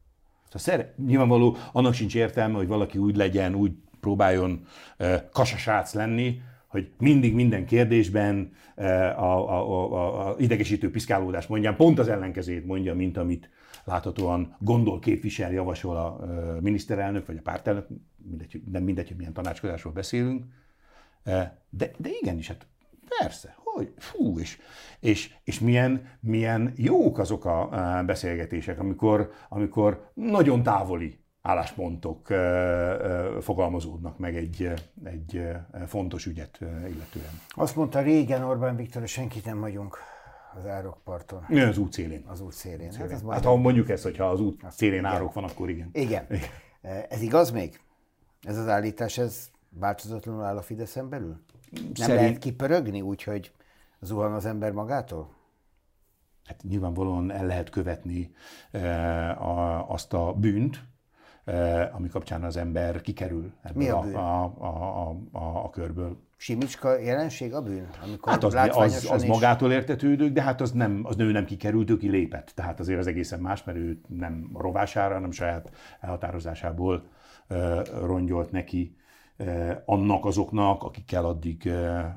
Szóval nyilvánvaló, annak sincs értelme, hogy valaki úgy legyen, úgy próbáljon kasasác lenni, hogy mindig minden kérdésben a, a, a, a idegesítő piszkálódás mondján pont az ellenkezőjét mondja, mint amit láthatóan gondol, képvisel, javasol a miniszterelnök vagy a pártelnök, mindegy, nem mindegy, hogy milyen tanácskozásról beszélünk. De, de igenis, hát persze, hogy fú, és, és, és milyen, milyen jók azok a beszélgetések, amikor, amikor nagyon távoli álláspontok fogalmazódnak meg egy, egy fontos ügyet illetően. Azt mondta régen Orbán Viktor, hogy senkit nem hagyunk az árokparton. Az út szélén. Az út szélén. szélén. Hát, hát ha mondjuk ezt, hogyha az út szélén árok van, akkor igen. Igen. igen. Ez igaz még? Ez az állítás, ez változatlanul áll a Fideszen belül? Nem Szerint... lehet kipörögni úgy, hogy zuhan az ember magától? Hát nyilvánvalóan el lehet követni e, a, azt a bűnt, e, ami kapcsán az ember kikerül ebből a, a, a, a, a körből. Simicska jelenség a bűn? Amikor hát az, az, az magától értetődő, de hát az nem, az nő nem kikerült, ő kilépett. Tehát azért az egészen más, mert ő nem rovására, hanem saját elhatározásából e, rongyolt neki annak azoknak, akikkel addig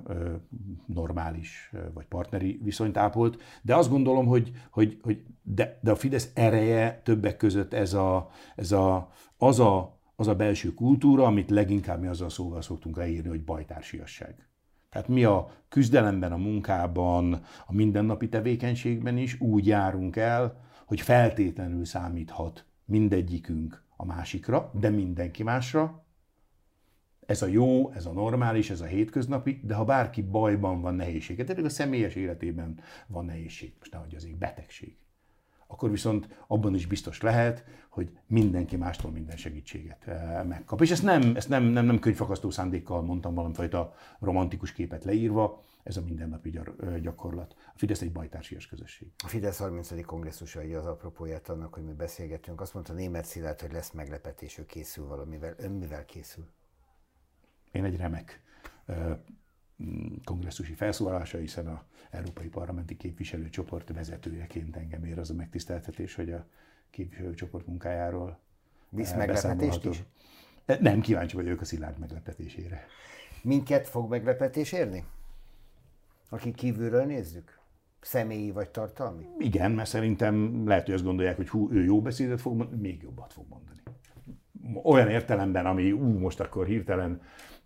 normális vagy partneri viszonyt ápolt. De azt gondolom, hogy, hogy, hogy de, de a Fidesz ereje többek között ez a, ez a, az, a, az a belső kultúra, amit leginkább mi azzal szóval szoktunk leírni, hogy bajtársiasság. Tehát mi a küzdelemben, a munkában, a mindennapi tevékenységben is úgy járunk el, hogy feltétlenül számíthat mindegyikünk a másikra, de mindenki másra. Ez a jó, ez a normális, ez a hétköznapi, de ha bárki bajban van, nehézsége, tehát a személyes életében van nehézség, most nehogy azért betegség, akkor viszont abban is biztos lehet, hogy mindenki mástól minden segítséget megkap. És ezt nem, ezt nem, nem, nem könyvfakasztó szándékkal mondtam, valamifajta romantikus képet leírva, ez a mindennapi gyakorlat. A Fidesz egy bajtársias közösség. A Fidesz harmincadik kongresszusa az apropóját annak, hogy mi beszélgetünk. Azt mondta Németh Szilárd, hogy lesz meglepetés, ő készül valamivel. Ön mivel készül? Én egy remek uh, kongresszusi felszólalása, hiszen az Európai Parlamenti Képviselőcsoport vezetőjeként engem ér az a megtiszteltetés, hogy a képviselőcsoport munkájáról Visz meglepetést is? Nem, kíváncsi vagyok a Szilárd meglepetésére. Minket fog meglepetés érni? Akik kívülről nézzük? Személyi vagy tartalmi? Igen, mert szerintem lehet, hogy azt gondolják, hogy hú, ő jó beszédet fog mondani, még jobbat fog mondani. Olyan értelemben, ami ú, most akkor hirtelen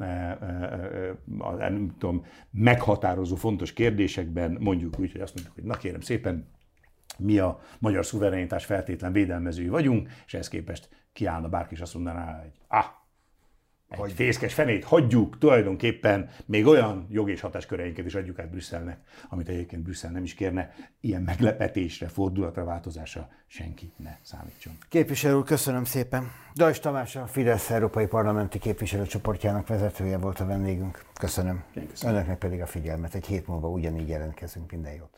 nem tudom, meghatározó fontos kérdésekben mondjuk úgy, hogy azt mondjuk, hogy na kérem szépen, mi a magyar szuverenitás feltétlen védelmezői vagyunk, és ehhez képest kiállna bárki, és azt mondaná, hogy ah, egy hogy fészkes fenét hagyjuk, tulajdonképpen még olyan jog- és hatásköreinket is adjuk át Brüsszelnek, amit egyébként Brüsszel nem is kérne, ilyen meglepetésre, fordulatra, változásra senki ne számítson. Képviselő úr, köszönöm szépen. Dajs Tamás, a Fidesz Európai Parlamenti Képviselőcsoportjának vezetője volt a vendégünk. Köszönöm. köszönöm. Önöknek pedig a figyelmet. Egy hét múlva ugyanígy jelentkezünk. Minden jót.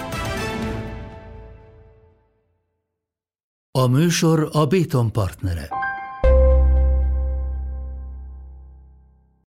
A műsor a Béton partnere.